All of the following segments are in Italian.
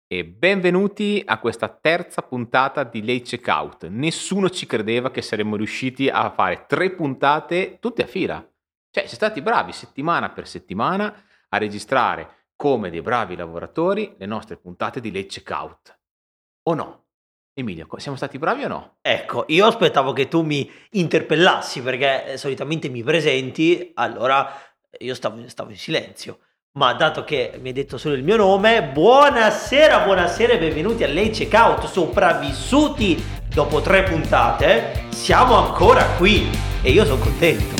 E benvenuti a questa terza puntata di Late Checkout. Nessuno ci credeva che saremmo riusciti a fare 3 puntate tutte a fila. Cioè, siamo stati bravi settimana per settimana a registrare come dei bravi lavoratori le nostre puntate di Late Checkout. O no? Emilio, siamo stati bravi o no? Ecco, io aspettavo che tu mi interpellassi perché solitamente mi presenti, allora io stavo in silenzio. Ma dato che mi hai detto solo il mio nome, buonasera e benvenuti a Late Checkout, sopravvissuti dopo 3 puntate, siamo ancora qui e io sono contento.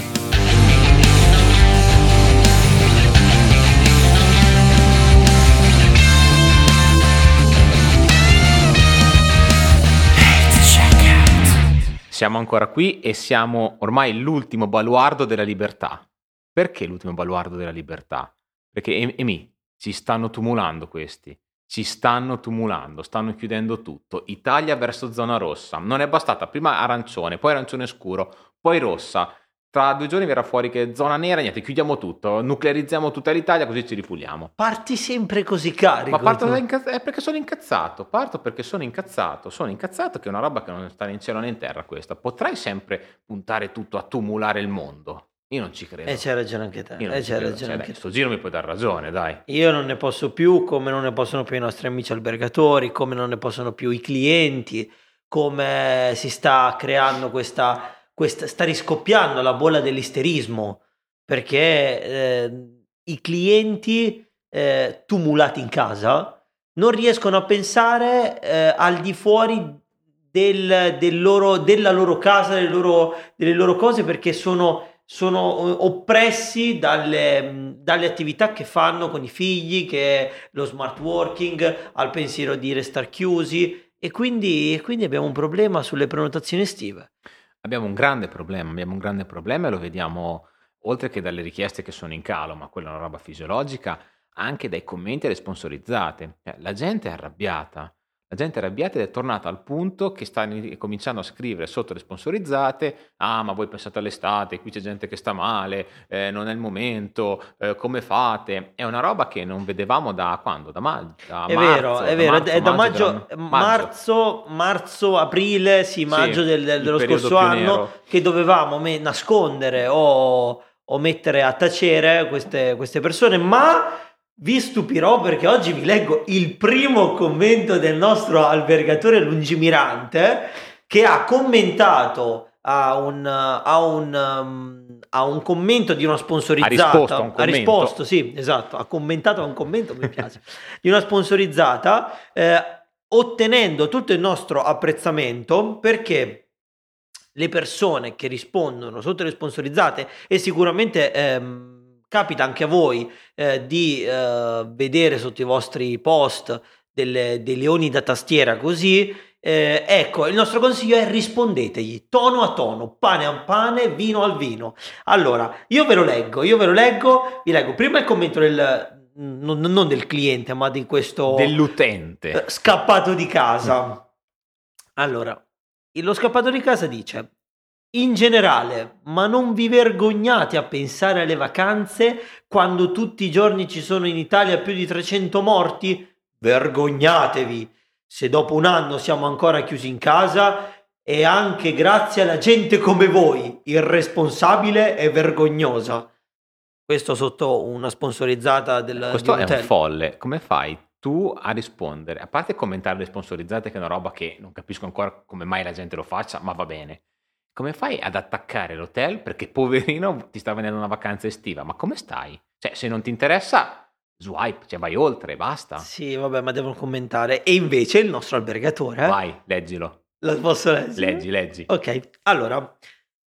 Siamo ancora qui e siamo ormai l'ultimo baluardo della libertà. Perché l'ultimo baluardo della libertà? Perché, Emi, ci stanno tumulando questi. Ci stanno tumulando, stanno chiudendo tutto. Italia verso zona rossa. Non è bastata prima arancione, poi arancione scuro, poi rossa. Tra 2 giorni verrà fuori che zona nera, niente, chiudiamo tutto, nuclearizziamo tutta l'Italia così ci ripuliamo. Parti sempre così carico. Ma parto perché sono incazzato. Parto perché sono incazzato. Sono incazzato che è una roba che non sta né in cielo né in terra questa. Potrai sempre puntare tutto a tumulare il mondo. Io non ci credo. E c'hai ragione anche te. Sto giro mi puoi dar ragione, dai. Io non ne posso più, come non ne possono più i nostri amici albergatori, come non ne possono più i clienti, come si sta creando questa sta riscoppiando la bolla dell'isterismo, perché i clienti tumulati in casa non riescono a pensare al di fuori della loro casa, delle loro cose, perché sono oppressi dalle attività che fanno con i figli, che lo smart working, al pensiero di restare chiusi, e quindi abbiamo un problema sulle prenotazioni estive. Abbiamo un grande problema e lo vediamo oltre che dalle richieste che sono in calo, ma quella è una roba fisiologica, anche dai commenti alle sponsorizzate. La gente è arrabbiata. La gente è arrabbiata ed è tornata al punto che sta cominciando a scrivere sotto le sponsorizzate: ah, ma voi pensate all'estate, qui c'è gente che sta male, non è il momento, come fate? È una roba che non vedevamo da quando? Da maggio? È vero, è da marzo, aprile, sì, maggio dello scorso anno, nero, che dovevamo nascondere o mettere a tacere queste persone, ma vi stupirò perché oggi vi leggo il primo commento del nostro albergatore lungimirante, che ha commentato a un commento di una sponsorizzata. Ha risposto, sì, esatto, ha commentato a un commento, mi piace, di una sponsorizzata, ottenendo tutto il nostro apprezzamento, perché le persone che rispondono sotto le sponsorizzate, e sicuramente capita anche a voi di vedere sotto i vostri post dei leoni da tastiera così, ecco, il nostro consiglio è: rispondetegli tono a tono, pane a pane, vino al vino. Allora, io ve lo leggo, vi leggo prima il commento non del cliente, ma di questo dell'utente scappato di casa. Allora, lo scappato di casa dice: in generale, ma non vi vergognate a pensare alle vacanze quando tutti i giorni ci sono in Italia più di 300 morti? Vergognatevi! Se dopo un anno siamo ancora chiusi in casa, è anche grazie alla gente come voi, irresponsabile e vergognosa. Questo sotto una sponsorizzata Questo è un folle. Come fai tu a rispondere? A parte commentare le sponsorizzate, che è una roba che non capisco ancora come mai la gente lo faccia, ma va bene. Come fai ad attaccare l'hotel perché poverino ti sta venendo una vacanza estiva? Ma come stai? Cioè, se non ti interessa, swipe, cioè vai oltre, basta. Sì, vabbè, ma devo commentare. E invece il nostro albergatore... Vai, leggilo. Lo posso leggere? Leggi. Ok, allora.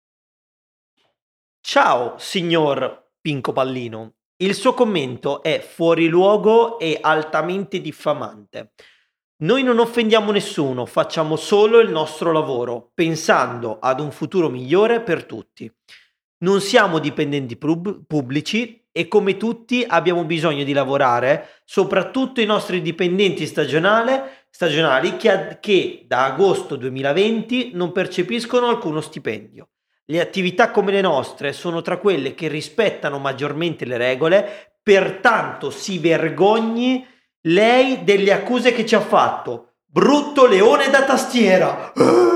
Ciao, signor Pinco Pallino. Il suo commento è fuori luogo e altamente diffamante. Noi non offendiamo nessuno, facciamo solo il nostro lavoro, pensando ad un futuro migliore per tutti. Non siamo dipendenti pubblici e come tutti abbiamo bisogno di lavorare, soprattutto i nostri dipendenti stagionali che da agosto 2020 non percepiscono alcuno stipendio. Le attività come le nostre sono tra quelle che rispettano maggiormente le regole, pertanto si vergogni lei delle accuse che ci ha fatto: brutto leone da tastiera,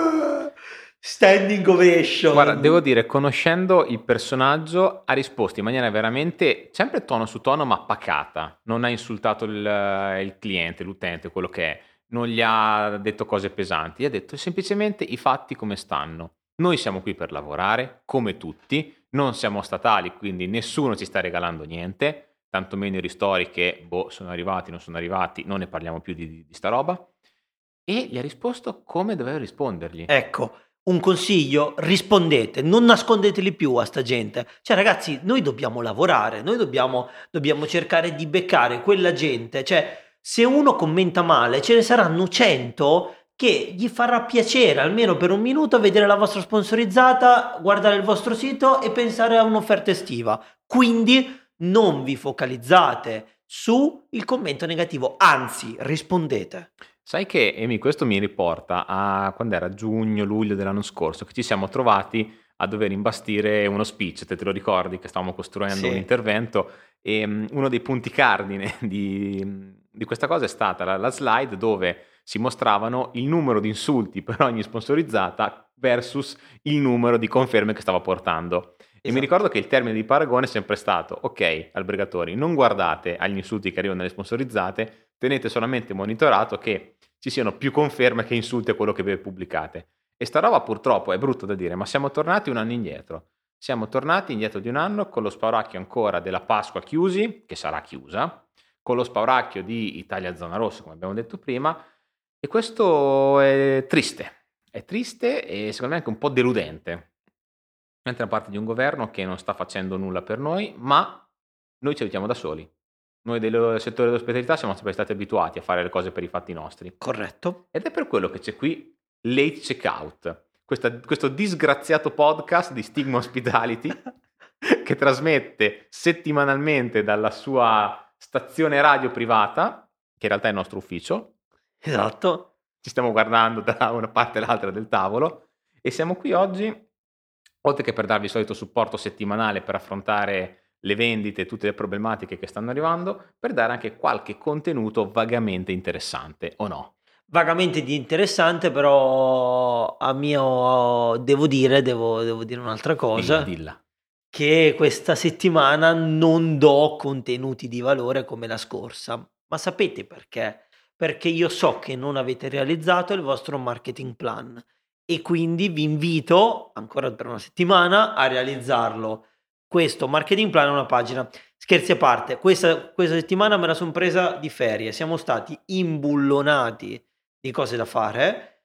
standing ovation. Guarda, devo dire, conoscendo il personaggio, ha risposto in maniera veramente, sempre tono su tono, ma pacata. Non ha insultato il cliente, l'utente, quello che è. Non gli ha detto cose pesanti. Gli ha detto semplicemente i fatti come stanno. Noi siamo qui per lavorare, come tutti. Non siamo statali, quindi nessuno ci sta regalando niente. Tantomeno i ristori che, sono arrivati, non sono arrivati. Non ne parliamo più di sta roba. E gli ha risposto come doveva rispondergli. Ecco, un consiglio: rispondete, non nascondeteli più a sta gente. Cioè, ragazzi, noi dobbiamo lavorare, noi dobbiamo cercare di beccare quella gente. Cioè, se uno commenta male, ce ne saranno 100 che gli farà piacere almeno per un minuto vedere la vostra sponsorizzata, guardare il vostro sito e pensare a un'offerta estiva. Quindi non vi focalizzate su il commento negativo, anzi, rispondete. Sai che, Emi, questo mi riporta a quando era giugno, luglio dell'anno scorso, che ci siamo trovati a dover imbastire uno speech, te lo ricordi che stavamo costruendo un intervento, e uno dei punti cardine di questa cosa è stata la slide dove si mostravano il numero di insulti per ogni sponsorizzata versus il numero di conferme che stava portando. E mi ricordo che il termine di paragone è sempre stato: ok, albergatori, non guardate agli insulti che arrivano dalle sponsorizzate, tenete solamente monitorato che ci siano più conferme che insulti a quello che vi pubblicate. E sta roba purtroppo è brutto da dire, ma siamo tornati un anno indietro. Siamo tornati indietro di un anno con lo spauracchio ancora della Pasqua chiusi, che sarà chiusa, con lo spauracchio di Italia Zona Rossa, come abbiamo detto prima, e questo è triste e secondo me anche un po' deludente. Mentre da parte di un governo che non sta facendo nulla per noi, ma noi ci aiutiamo da soli. Noi del settore dell'ospitalità siamo sempre stati abituati a fare le cose per i fatti nostri. Corretto. Ed è per quello che c'è qui Late Checkout, questo disgraziato podcast di Stigma Hospitality che trasmette settimanalmente dalla sua stazione radio privata, che in realtà è il nostro ufficio. Esatto. Ci stiamo guardando da una parte all'altra del tavolo e siamo qui oggi, oltre che per darvi il solito supporto settimanale per affrontare le vendite e tutte le problematiche che stanno arrivando, per dare anche qualche contenuto vagamente interessante, o no? Vagamente di interessante, però devo dire un'altra cosa. Dilla. Che questa settimana non do contenuti di valore come la scorsa. Ma sapete perché? Perché io so che non avete realizzato il vostro marketing plan e quindi vi invito ancora per una settimana a realizzarlo. Questo marketing plan è una pagina. Scherzi a parte, questa settimana me la sono presa di ferie, siamo stati imbullonati di cose da fare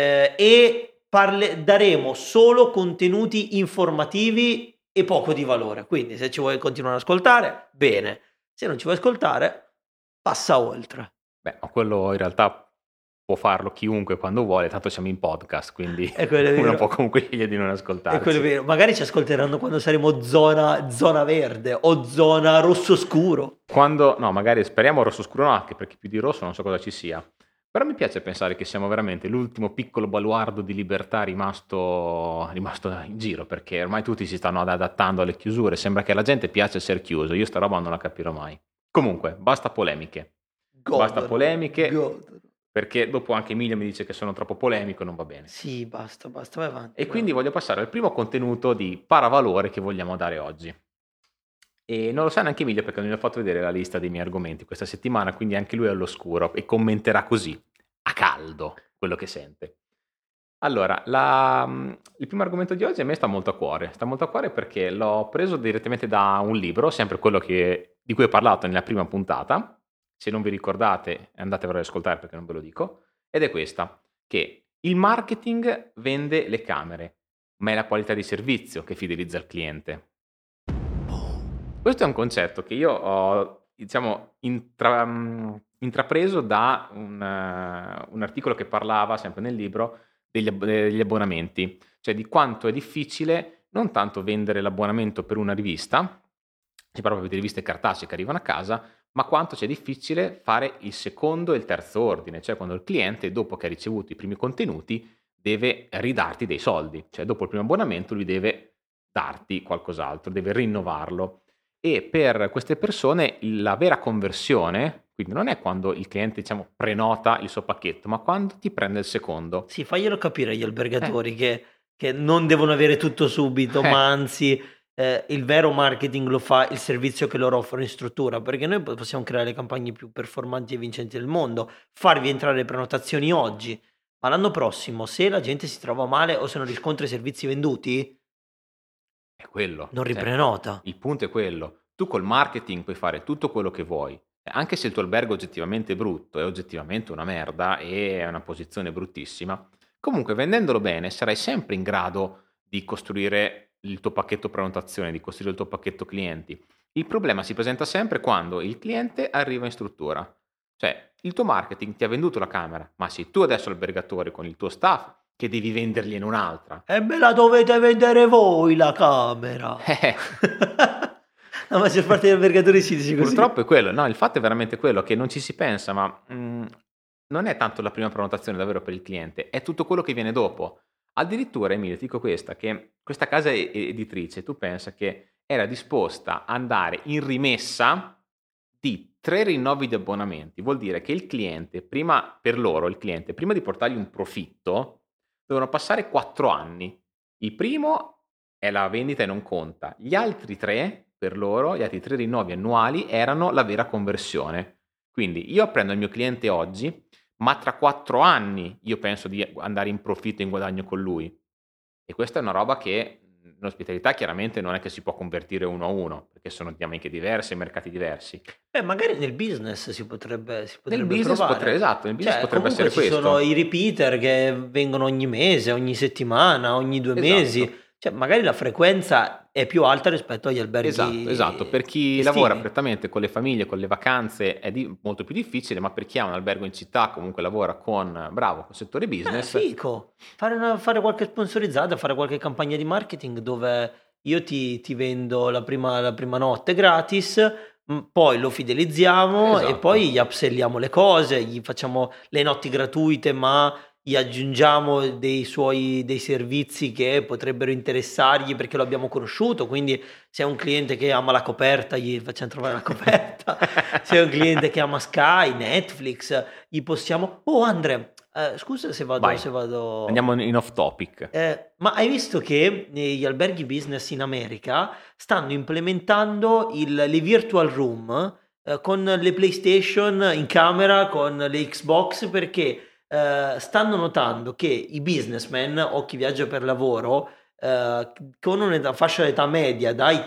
e daremo solo contenuti informativi e poco di valore. Quindi se ci vuoi continuare ad ascoltare, bene. Se non ci vuoi ascoltare, passa oltre. Beh, ma quello in realtà può farlo chiunque quando vuole, tanto siamo in podcast, quindi uno può comunque scegliere di non ascoltarci. È quello vero. Magari ci ascolteranno quando saremo zona verde o zona rosso scuro. No, magari speriamo rosso scuro no, anche perché più di rosso non so cosa ci sia. Però mi piace pensare che siamo veramente l'ultimo piccolo baluardo di libertà rimasto in giro, perché ormai tutti si stanno adattando alle chiusure, sembra che alla gente piace essere chiuso, io sta roba non la capirò mai. Comunque, basta polemiche. Godono. Perché dopo anche Emilia mi dice che sono troppo polemico e non va bene. Sì, basta, vai avanti. E quindi voglio passare al primo contenuto di paravalore che vogliamo dare oggi. E non lo sa neanche Emilia perché non gli ho fatto vedere la lista dei miei argomenti questa settimana, quindi anche lui è all'oscuro e commenterà così, a caldo, quello che sente. Allora, il primo argomento di oggi a me sta molto a cuore perché l'ho preso direttamente da un libro, sempre quello di cui ho parlato nella prima puntata. Se non vi ricordate andate a ascoltare perché non ve lo dico, ed è questa, che il marketing vende le camere, ma è la qualità di servizio che fidelizza il cliente. Questo è un concetto che io ho, diciamo, intrapreso da un articolo che parlava, sempre nel libro, degli abbonamenti, cioè di quanto è difficile non tanto vendere l'abbonamento per una rivista, si parla proprio di riviste cartacee che arrivano a casa, ma quanto c'è difficile fare il secondo e il terzo ordine, cioè quando il cliente, dopo che ha ricevuto i primi contenuti, deve ridarti dei soldi, cioè dopo il primo abbonamento lui deve darti qualcos'altro, deve rinnovarlo. E per queste persone la vera conversione, Quindi non è quando il cliente, diciamo, prenota il suo pacchetto, ma quando ti prende il secondo. Sì, faglielo capire agli albergatori che non devono avere tutto subito, ma anzi il vero marketing lo fa il servizio che loro offrono in struttura, perché noi possiamo creare le campagne più performanti e vincenti del mondo, farvi entrare le prenotazioni oggi, ma l'anno prossimo, se la gente si trova male o se non riscontra i servizi venduti, è quello. non riprenota. Il punto è quello. Tu col marketing puoi fare tutto quello che vuoi, anche se il tuo albergo è oggettivamente brutto, è oggettivamente una merda e è una posizione bruttissima, comunque vendendolo bene sarai sempre in grado di costruire il tuo pacchetto prenotazione, di costruire il tuo pacchetto clienti. Il problema si presenta sempre quando il cliente arriva in struttura. Cioè, il tuo marketing ti ha venduto la camera, ma sei tu adesso albergatore con il tuo staff che devi vendergliene un'altra. E me la dovete vendere voi la camera. La maggior parte degli albergatori si dice così. Purtroppo è quello, no, il fatto è veramente quello che non ci si pensa, ma non è tanto la prima prenotazione davvero per il cliente, è tutto quello che viene dopo. Addirittura, Emilio, ti dico che questa casa editrice, tu pensa che era disposta ad andare in rimessa di 3 rinnovi di abbonamenti. Vuol dire che il cliente, prima di portargli un profitto, devono passare 4 anni. Il primo è la vendita e non conta. Gli altri 3 per loro, gli altri 3 rinnovi annuali erano la vera conversione. Quindi io prendo il mio cliente oggi, ma tra 4 anni io penso di andare in profitto e in guadagno con lui. E questa è una roba che in ospitalità chiaramente non è che si può convertire uno a uno, perché sono dinamiche diverse, mercati diversi. Magari nel business si potrebbe nel business provare. Esatto, nel business potrebbe essere questo. Ci sono i repeater che vengono ogni mese, ogni settimana, ogni 2 mesi. Cioè, magari la frequenza è più alta rispetto agli alberghi. Esatto. Per chi lavora prettamente con le famiglie, con le vacanze è molto più difficile, ma per chi ha un albergo in città, comunque lavora con settore business. Fico, fare qualche sponsorizzata, fare qualche campagna di marketing dove io ti vendo la prima notte gratis, poi lo fidelizziamo e poi gli upselliamo le cose, gli facciamo le notti gratuite, ma gli aggiungiamo dei servizi che potrebbero interessargli perché lo abbiamo conosciuto. Quindi se è un cliente che ama la coperta, gli facciamo trovare la coperta. Se è un cliente che ama Sky, Netflix, gli possiamo... Oh Andre, scusa se vado... Andiamo in off topic. Ma hai visto che gli alberghi business in America stanno implementando le virtual room con le PlayStation in camera, con le Xbox, perché stanno notando che i businessmen o chi viaggia per lavoro con una fascia d'età media dai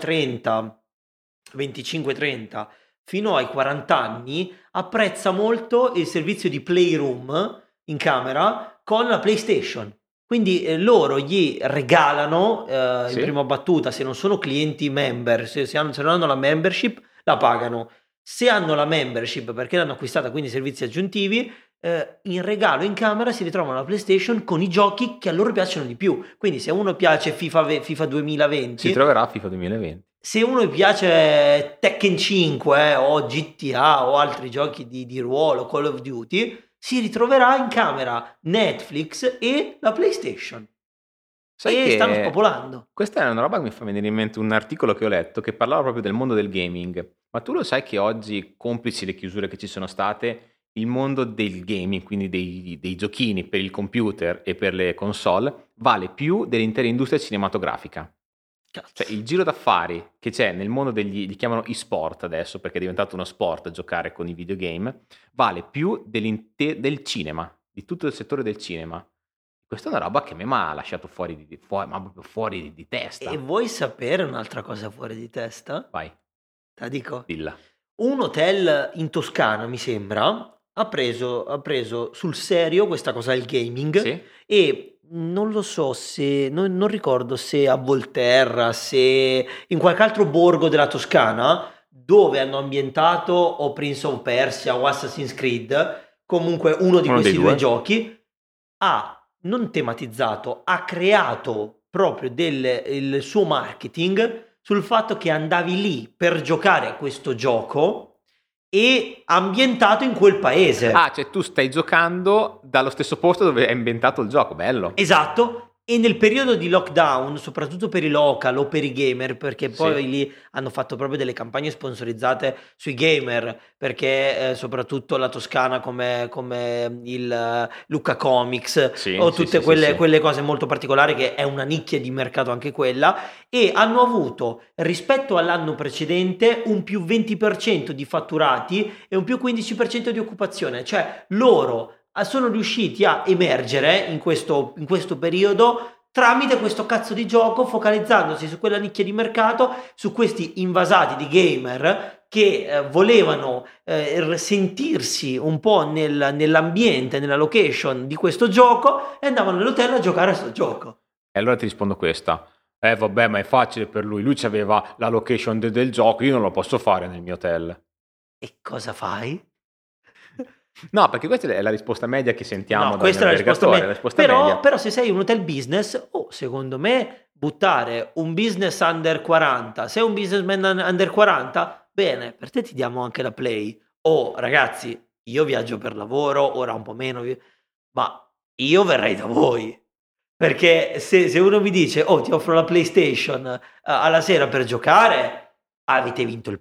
25-30 fino ai 40 anni apprezza molto il servizio di Playroom in camera con la PlayStation. Quindi loro gli regalano in prima battuta, se non sono clienti member, se non hanno la membership, la pagano. Se hanno la membership perché l'hanno acquistata, quindi servizi aggiuntivi, in regalo in camera si ritrovano la PlayStation con i giochi che a loro piacciono di più. Quindi se a uno piace FIFA 2020, si troverà FIFA 2020. Se uno piace Tekken 5 o GTA o altri giochi di ruolo, Call of Duty, si ritroverà in camera Netflix e la PlayStation. E stanno spopolando. Questa è una roba che mi fa venire in mente un articolo che ho letto che parlava proprio del mondo del gaming. Ma tu lo sai che oggi, complici le chiusure che ci sono state, il mondo del gaming, quindi dei giochini per il computer e per le console, vale più dell'intera industria cinematografica. Cazzo. Cioè il giro d'affari che c'è nel mondo li chiamano e-sport adesso, perché è diventato uno sport giocare con i videogame, vale più del cinema, di tutto il settore del cinema. Questa è una roba che a me mi ha lasciato fuori di testa. E vuoi sapere un'altra cosa fuori di testa? Vai. Te la dico? Dilla. Un hotel in Toscana, mi sembra, ha preso sul serio questa cosa del gaming. Sì. E non lo so se, non ricordo se a Volterra, se in qualche altro borgo della Toscana, dove hanno ambientato o Prince of Persia o Assassin's Creed, comunque uno di questi due giochi, ha non tematizzato, ha creato proprio il suo marketing sul fatto che andavi lì per giocare a questo gioco e ambientato in quel paese. Ah, cioè tu stai giocando dallo stesso posto dove è ambientato il gioco, bello. Esatto, E nel periodo di lockdown, soprattutto per i local o per i gamer, perché poi Sì. lì hanno fatto proprio delle campagne sponsorizzate sui gamer, perché soprattutto la Toscana come il Lucca Comics Sì, o sì, tutte sì, sì, sì. quelle cose molto particolari, che è una nicchia di mercato anche quella, e hanno avuto rispetto all'anno precedente un più 20% di fatturati e un più 15% di occupazione, cioè loro sono riusciti a emergere in questo periodo tramite questo cazzo di gioco, focalizzandosi su quella nicchia di mercato, su questi invasati di gamer che volevano sentirsi un po' nell'ambiente, nella location di questo gioco, e andavano nell'hotel a giocare a questo gioco. E allora ti rispondo questa. Vabbè, ma è facile per lui. Lui aveva la location del gioco, io non lo posso fare nel mio hotel. E cosa fai? No, perché questa è la risposta media che sentiamo No, questa è la risposta dall'albergatore, la risposta media. Però se sei un hotel business, secondo me buttare un business under 40, sei un businessman under 40, bene, per te ti diamo anche la play. Ragazzi, io viaggio per lavoro, ora un po' meno, ma io verrei da voi. Perché se uno mi dice, ti offro la PlayStation alla sera per giocare, avete vinto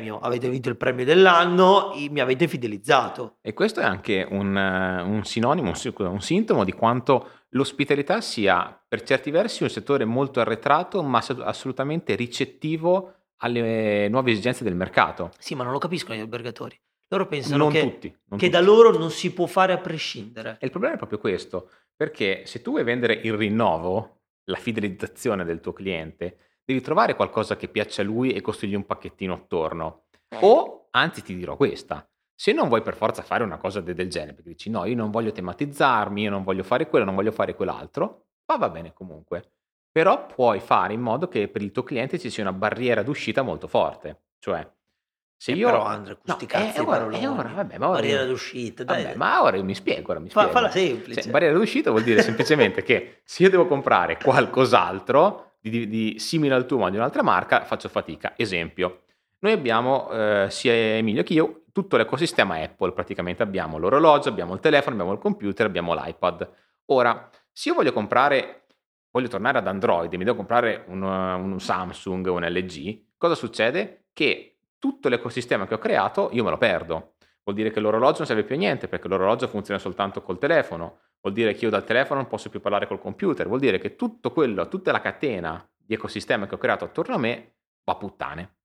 il premio dell'anno, mi avete fidelizzato. E questo è anche un sinonimo, un sintomo di quanto l'ospitalità sia per certi versi un settore molto arretrato, ma assolutamente ricettivo alle nuove esigenze del mercato. Sì, ma non lo capiscono gli albergatori. Loro pensano Non che tutti. da loro non si può fare a prescindere. E il problema è proprio questo, perché se tu vuoi vendere il rinnovo, la fidelizzazione del tuo cliente, devi trovare qualcosa che piaccia a lui e costruirgli un pacchettino attorno. O, anzi ti dirò questa, se non vuoi per forza fare una cosa del genere, perché dici no, io non voglio tematizzarmi, io non voglio fare quello, non voglio fare quell'altro, va bene comunque. Però puoi fare in modo che per il tuo cliente ci sia una barriera d'uscita molto forte. Cioè, se io... Però Andrea, questi cazzi di paroloni. vabbè, ma ora Barriera d'uscita, dai. Vabbè, ma ora io mi spiego, ora mi spiego. Falla semplice. Cioè, barriera d'uscita vuol dire semplicemente che se io devo comprare qualcos'altro di simile al tuo ma di un'altra marca, faccio fatica. Esempio, noi abbiamo, sia Emilio che io, tutto l'ecosistema Apple, praticamente abbiamo l'orologio, abbiamo il telefono, abbiamo il computer, abbiamo l'iPad. Ora, se io voglio tornare ad Android e mi devo comprare un Samsung o un LG, cosa succede? Che tutto l'ecosistema che ho creato io me lo perdo. Vuol dire che l'orologio non serve più a niente, perché l'orologio funziona soltanto col telefono. Vuol dire che io dal telefono non posso più parlare col computer. Vuol dire che tutto quello, tutta la catena di ecosistema che ho creato attorno a me va a puttane.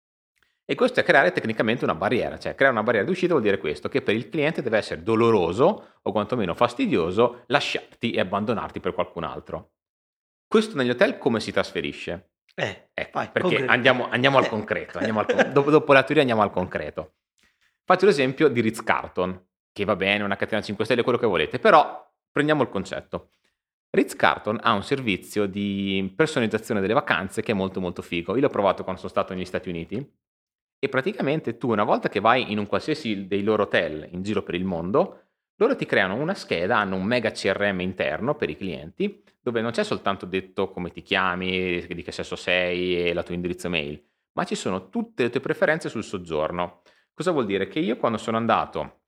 E questo è creare tecnicamente una barriera. Cioè, creare una barriera d'uscita vuol dire questo, che per il cliente deve essere doloroso o quantomeno fastidioso lasciarti e abbandonarti per qualcun altro. Questo negli hotel come si trasferisce? Vai, perché andiamo al concreto. Dopo la teoria andiamo al concreto. Faccio l'esempio di Ritz-Carlton, che va bene, una catena 5 stelle, quello che volete, però prendiamo il concetto. Ritz-Carlton ha un servizio di personalizzazione delle vacanze che è molto molto figo. Io l'ho provato quando sono stato negli Stati Uniti e praticamente tu una volta che vai in un qualsiasi dei loro hotel in giro per il mondo, loro ti creano una scheda, hanno un mega CRM interno per i clienti, dove non c'è soltanto detto come ti chiami, di che sesso sei e la tua indirizzo mail, ma ci sono tutte le tue preferenze sul soggiorno. Cosa vuol dire? Che io quando sono andato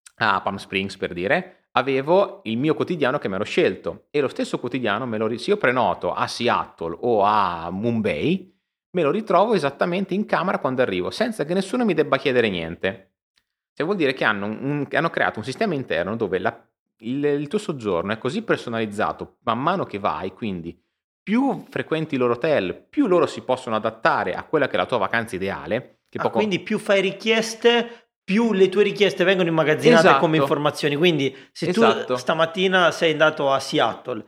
a Palm Springs, per dire, avevo il mio quotidiano che mi ero scelto e lo stesso quotidiano se io prenoto a Seattle o a Mumbai, me lo ritrovo esattamente in camera quando arrivo, senza che nessuno mi debba chiedere niente. Cioè vuol dire che hanno creato un sistema interno dove il tuo soggiorno è così personalizzato man mano che vai, quindi più frequenti i loro hotel, più loro si possono adattare a quella che è la tua vacanza ideale. Quindi più fai richieste, più le tue richieste vengono immagazzinate come informazioni. Quindi se tu stamattina sei andato a Seattle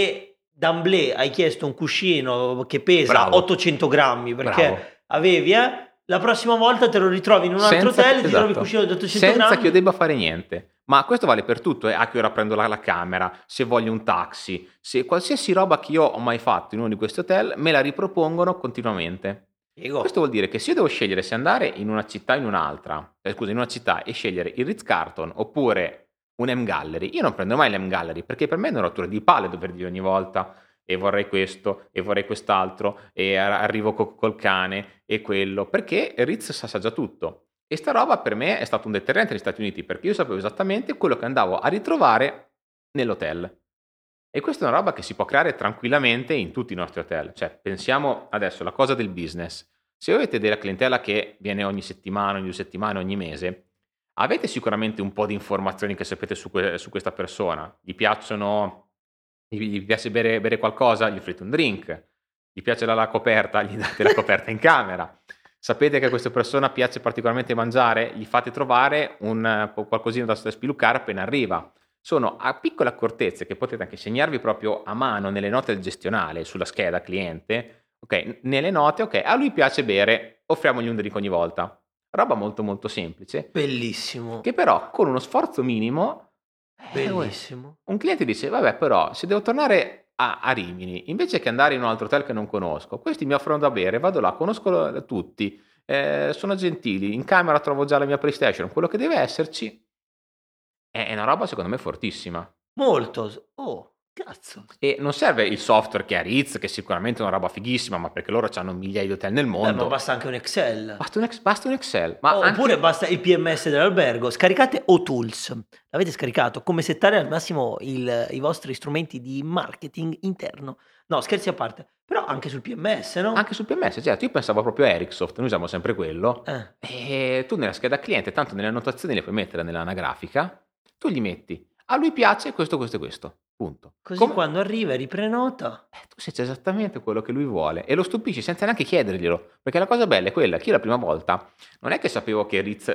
e d'amblè hai chiesto un cuscino che pesa 800 grammi perché avevi, la prossima volta te lo ritrovi in un altro hotel e ti trovi il cuscino di 800 grammi. Senza che io debba fare niente. Ma questo vale per tutto, a che ora prendo la camera, se voglio un taxi, se qualsiasi roba che io ho mai fatto in uno di questi hotel me la ripropongono continuamente. Questo vuol dire che se io devo scegliere se andare in una città o in un'altra, in una città e scegliere il Ritz-Carlton oppure un M-Gallery, io non prendo mai l'M-Gallery perché per me è una rottura di palle dover dire ogni volta e vorrei questo e vorrei quest'altro e arrivo col cane e quello, perché il Ritz sa già tutto. E sta roba per me è stato un deterrente negli Stati Uniti perché io sapevo esattamente quello che andavo a ritrovare nell'hotel. E questa è una roba che si può creare tranquillamente in tutti i nostri hotel. Cioè, pensiamo adesso alla cosa del business. Se avete della clientela che viene ogni settimana, ogni 2 settimane, ogni mese, avete sicuramente un po' di informazioni che sapete su questa persona. Gli piace bere qualcosa, gli offrite un drink. Gli piace la coperta, gli date la coperta in camera. Sapete che a questa persona piace particolarmente mangiare, gli fate trovare qualcosina da spiluccare appena arriva. Sono piccole accortezze che potete anche segnarvi proprio a mano nelle note del gestionale, sulla scheda cliente. Ok, nelle note, ok, a lui piace bere, offriamogli un drink ogni volta. Roba molto molto semplice. Bellissimo. Che però con uno sforzo minimo... Bellissimo. Un cliente dice, vabbè, però se devo tornare a Rimini, invece che andare in un altro hotel che non conosco, questi mi offrono da bere, vado là, conosco tutti, sono gentili, in camera trovo già la mia PlayStation, quello che deve esserci. È una roba secondo me fortissima. Molto. Oh, cazzo. E non serve il software che ha Ritz, che sicuramente è una roba fighissima, ma perché loro hanno migliaia di hotel nel mondo. Ma basta anche un Excel. Basta un Excel. Oppure basta il PMS dell'albergo. Scaricate O-Tools. L'avete scaricato? Come settare al massimo i vostri strumenti di marketing interno. No, scherzi a parte. Però anche sul PMS, no? Anche sul PMS, certo. Io pensavo proprio a Ericssoft, noi usiamo sempre quello. E tu nella scheda cliente, tanto nelle annotazioni le puoi mettere nell'anagrafica, tu gli metti, a lui piace questo, questo e questo, punto. Così quando arriva e riprenota... tu sai esattamente quello che lui vuole e lo stupisci senza neanche chiederglielo, perché la cosa bella è quella che io la prima volta non è che sapevo che Ritz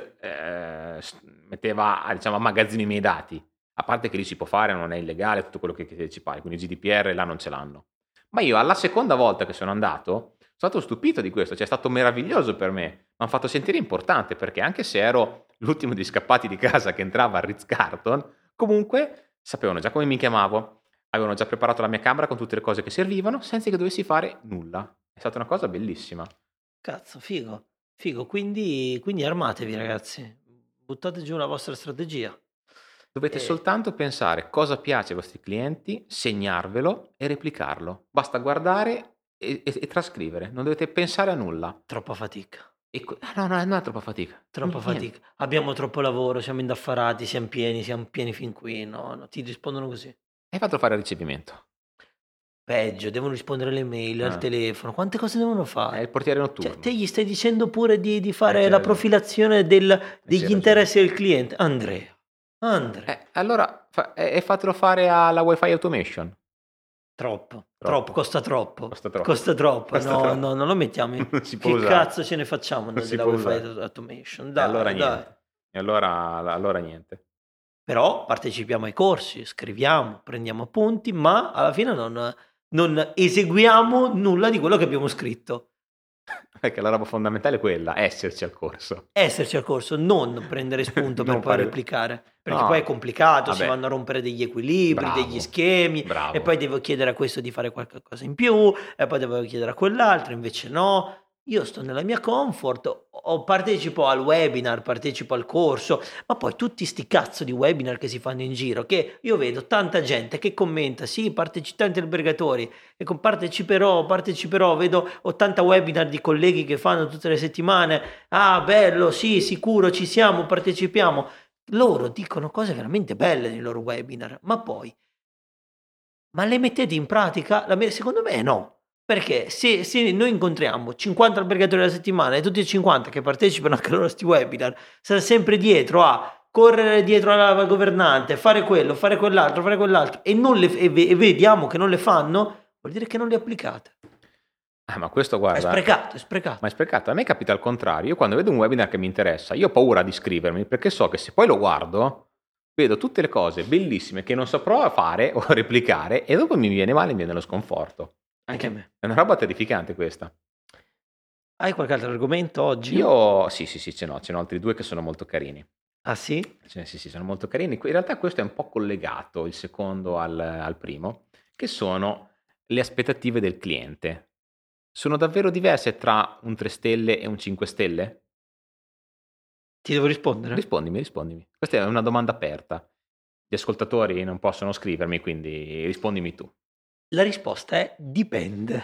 metteva, diciamo, a magazzino i miei dati, a parte che lì si può fare, non è illegale, tutto quello che ci pare, quindi GDPR là non ce l'hanno. Ma io alla seconda volta che sono andato sono stato stupito di questo, cioè è stato meraviglioso per me, mi hanno fatto sentire importante, perché anche se ero l'ultimo degli scappati di casa che entrava al Ritz-Carlton, comunque sapevano già come mi chiamavo, avevano già preparato la mia camera con tutte le cose che servivano senza che dovessi fare nulla. È stata una cosa bellissima. Cazzo, figo. Quindi armatevi, ragazzi. Buttate giù la vostra strategia. Dovete soltanto pensare cosa piace ai vostri clienti, segnarvelo e replicarlo. Basta guardare e trascrivere, non dovete pensare a nulla. Troppa fatica. No, non è troppa fatica. Troppa fatica. Abbiamo troppo lavoro, siamo indaffarati, siamo pieni fin qui. No, ti rispondono così. Hai fatto fare il ricevimento. Peggio, devono rispondere alle mail, al telefono. Quante cose devono fare? È il portiere notturno. Cioè, te gli stai dicendo pure di fare la profilazione degli interessi del cliente. Andrea. Allora fatelo fare alla Wi-Fi Automation. Troppo. Costa troppo. Costa troppo. No, non lo mettiamo. Non si può che usare. Cazzo ce ne facciamo della Wi-Fi Automation? Dai, allora dai. Niente. E allora niente. Però partecipiamo ai corsi, scriviamo, prendiamo appunti, ma alla fine non eseguiamo nulla di quello che abbiamo scritto. Perché la roba fondamentale è quella, esserci al corso. Esserci al corso, non prendere spunto per poi replicare. Perché poi è complicato, si vanno a rompere degli equilibri, degli schemi, e poi devo chiedere a questo di fare qualcosa in più, e poi devo chiedere a quell'altro, invece no. Io sto nella mia comfort, partecipo al webinar, partecipo al corso, ma poi tutti sti cazzo di webinar che si fanno in giro, che io vedo tanta gente che commenta, sì, tanti albergatori, e parteciperò, vedo 80 webinar di colleghi che fanno tutte le settimane, bello, sì, sicuro, ci siamo, partecipiamo. Loro dicono cose veramente belle nei loro webinar, ma le mettete in pratica? Secondo me no. Perché se noi incontriamo 50 albergatori alla settimana e tutti e 50 che partecipano anche loro a questi webinar, sarà sempre dietro a correre dietro alla governante, fare quello, fare quell'altro, e vediamo che non le fanno, vuol dire che non le applicate. Ma questo guarda... È sprecato. Ma è sprecato. A me capita al contrario. Io quando vedo un webinar che mi interessa, io ho paura di iscrivermi perché so che se poi lo guardo, vedo tutte le cose bellissime che non saprò fare o replicare e dopo mi viene male e mi viene lo sconforto. Anche a me. È una roba terrificante questa. Hai qualche altro argomento oggi? Io sì, ce n'ho altri 2 che sono molto carini. Ah sì? Sì, sono molto carini. In realtà questo è un po' collegato, il secondo al primo, che sono le aspettative del cliente. Sono davvero diverse tra un 3 stelle e un 5 stelle? Ti devo rispondere? Rispondimi. Questa è una domanda aperta. Gli ascoltatori non possono scrivermi, quindi rispondimi tu. La risposta è dipende.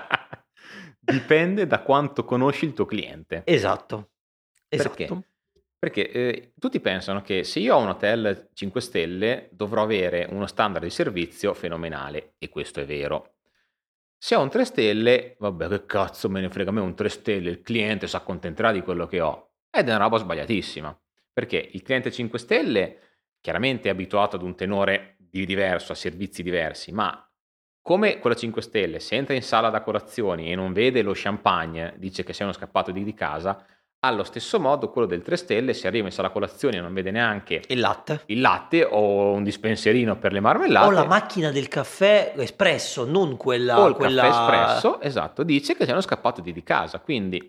Dipende da quanto conosci il tuo cliente. Esatto. Perché? Perché tutti pensano che se io ho un hotel 5 stelle dovrò avere uno standard di servizio fenomenale, e questo è vero. Se ho un 3 stelle, vabbè, che cazzo me ne frega, a me un 3 stelle, il cliente si accontenterà di quello che ho. Ed è una roba sbagliatissima, perché il cliente 5 stelle chiaramente è abituato ad un tenore diverso, a servizi diversi, ma come quello 5 stelle, se entra in sala da colazioni e non vede lo champagne, dice che sei uno scappato di casa, allo stesso modo quello del 3 stelle, se arriva in sala colazioni e non vede neanche il latte o un dispenserino per le marmellate, o la macchina del caffè espresso, non quella... o il caffè espresso, esatto, dice che sei uno scappato di casa. Quindi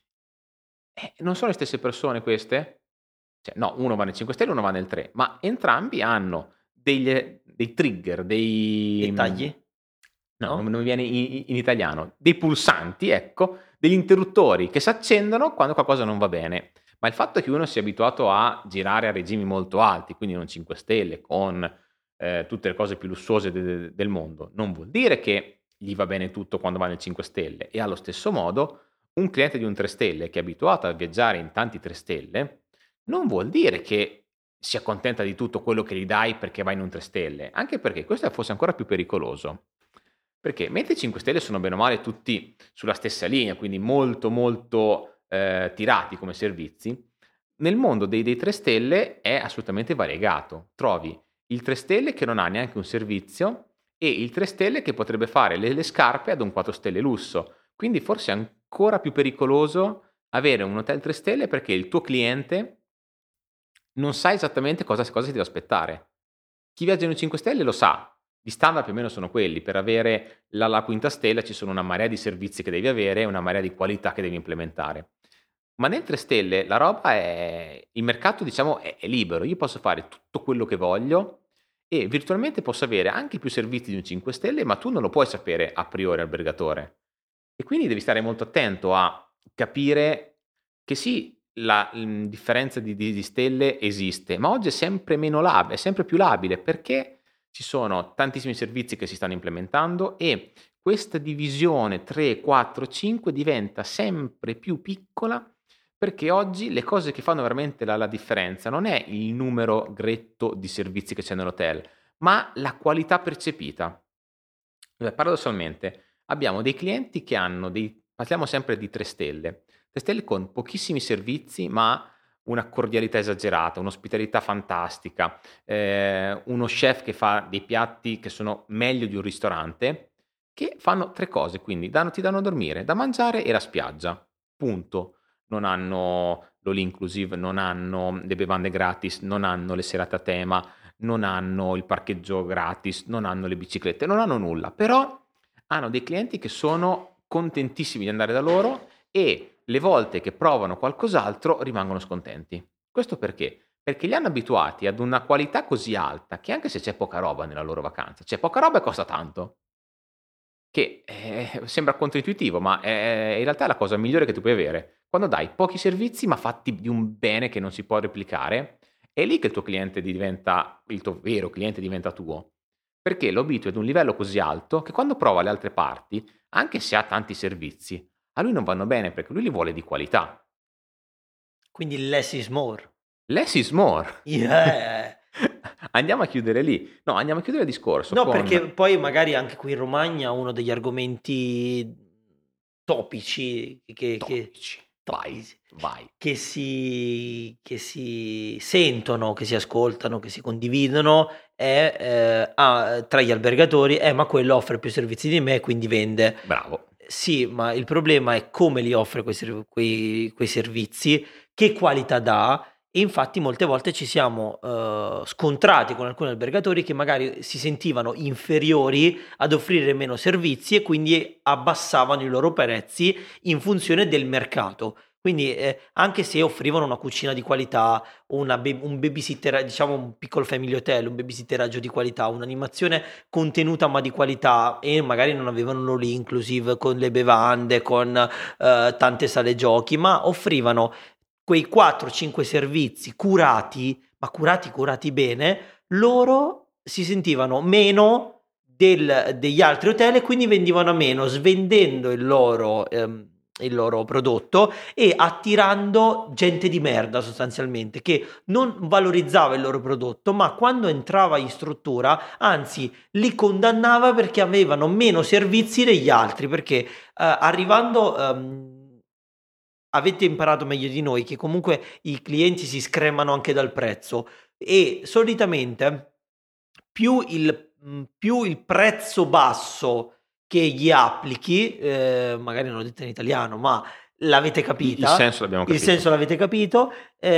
non sono le stesse persone queste? Cioè, no, uno va nel 5 stelle, uno va nel 3, ma entrambi hanno dei trigger, Dei tagli? No, non mi viene in italiano, dei pulsanti, ecco, degli interruttori che si accendono quando qualcosa non va bene. Ma il fatto che uno sia abituato a girare a regimi molto alti, quindi non 5 stelle, con tutte le cose più lussuose del mondo, non vuol dire che gli va bene tutto quando va nel 5 stelle. E allo stesso modo, un cliente di un 3 stelle che è abituato a viaggiare in tanti 3 stelle, non vuol dire che si accontenta di tutto quello che gli dai perché va in un 3 stelle, anche perché questo è forse ancora più pericoloso. Perché mentre i 5 Stelle sono bene o male tutti sulla stessa linea, quindi molto molto tirati come servizi, nel mondo dei 3 Stelle è assolutamente variegato. Trovi il 3 Stelle che non ha neanche un servizio e il 3 Stelle che potrebbe fare le scarpe ad un 4 Stelle lusso. Quindi forse è ancora più pericoloso avere un hotel 3 Stelle perché il tuo cliente non sa esattamente cosa si deve aspettare. Chi viaggia in un 5 Stelle lo sa, gli standard più o meno sono quelli, per avere la quinta stella ci sono una marea di servizi che devi avere e una marea di qualità che devi implementare. Ma nel 3 stelle la roba è, il mercato diciamo è libero, io posso fare tutto quello che voglio e virtualmente posso avere anche più servizi di un 5 stelle, ma tu non lo puoi sapere a priori albergatore. E quindi devi stare molto attento a capire che sì, la differenza di stelle esiste, ma oggi è sempre meno labile, è sempre più labile perché ci sono tantissimi servizi che si stanno implementando e questa divisione 3, 4, 5 diventa sempre più piccola perché oggi le cose che fanno veramente la differenza non è il numero gretto di servizi che c'è nell'hotel, ma la qualità percepita. Paradossalmente abbiamo dei clienti che hanno parliamo sempre di 3 stelle, 3 stelle con pochissimi servizi ma una cordialità esagerata, un'ospitalità fantastica, uno chef che fa dei piatti che sono meglio di un ristorante, che fanno 3 cose, quindi ti danno a dormire, da mangiare e la spiaggia, punto. Non hanno l'all inclusive, non hanno le bevande gratis, non hanno le serate a tema, non hanno il parcheggio gratis, non hanno le biciclette, non hanno nulla, però hanno dei clienti che sono contentissimi di andare da loro e le volte che provano qualcos'altro rimangono scontenti. Questo perché? Perché li hanno abituati ad una qualità così alta che anche se c'è poca roba nella loro vacanza, c'è poca roba e costa tanto. Che sembra controintuitivo, ma in realtà è la cosa migliore che tu puoi avere. Quando dai pochi servizi ma fatti di un bene che non si può replicare, è lì che il tuo cliente diventa, il tuo vero cliente diventa tuo. Perché lo abitui ad un livello così alto che quando prova le altre parti, anche se ha tanti servizi, a lui non vanno bene perché lui li vuole di qualità. Quindi less is more. Less is more. Yeah. Andiamo a chiudere lì. No, andiamo a chiudere il discorso. No, perché poi magari anche qui in Romagna uno degli argomenti topici vai. Che si sentono, che si ascoltano, che si condividono è tra gli albergatori ma quello offre più servizi di me, quindi vende. Bravo. Sì, ma il problema è come li offre quei servizi, che qualità dà. E infatti molte volte ci siamo scontrati con alcuni albergatori che magari si sentivano inferiori ad offrire meno servizi e quindi abbassavano i loro prezzi in funzione del mercato. Quindi anche se offrivano una cucina di qualità, un babysitter, diciamo un piccolo family hotel, un babysitteraggio di qualità, un'animazione contenuta ma di qualità e magari non avevano l'all inclusive con le bevande, con tante sale giochi, ma offrivano quei 4-5 servizi curati, ma curati bene, loro si sentivano meno degli altri hotel e quindi vendivano a meno, svendendo il loro il loro prodotto e attirando gente di merda sostanzialmente, che non valorizzava il loro prodotto, ma quando entrava in struttura anzi li condannava perché avevano meno servizi degli altri, perché arrivando avete imparato meglio di noi che comunque i clienti si scremano anche dal prezzo e solitamente più il prezzo basso che gli applichi, magari non l'ho detto in italiano, ma l'avete capita. Il senso l'abbiamo capito. Il senso l'avete capito.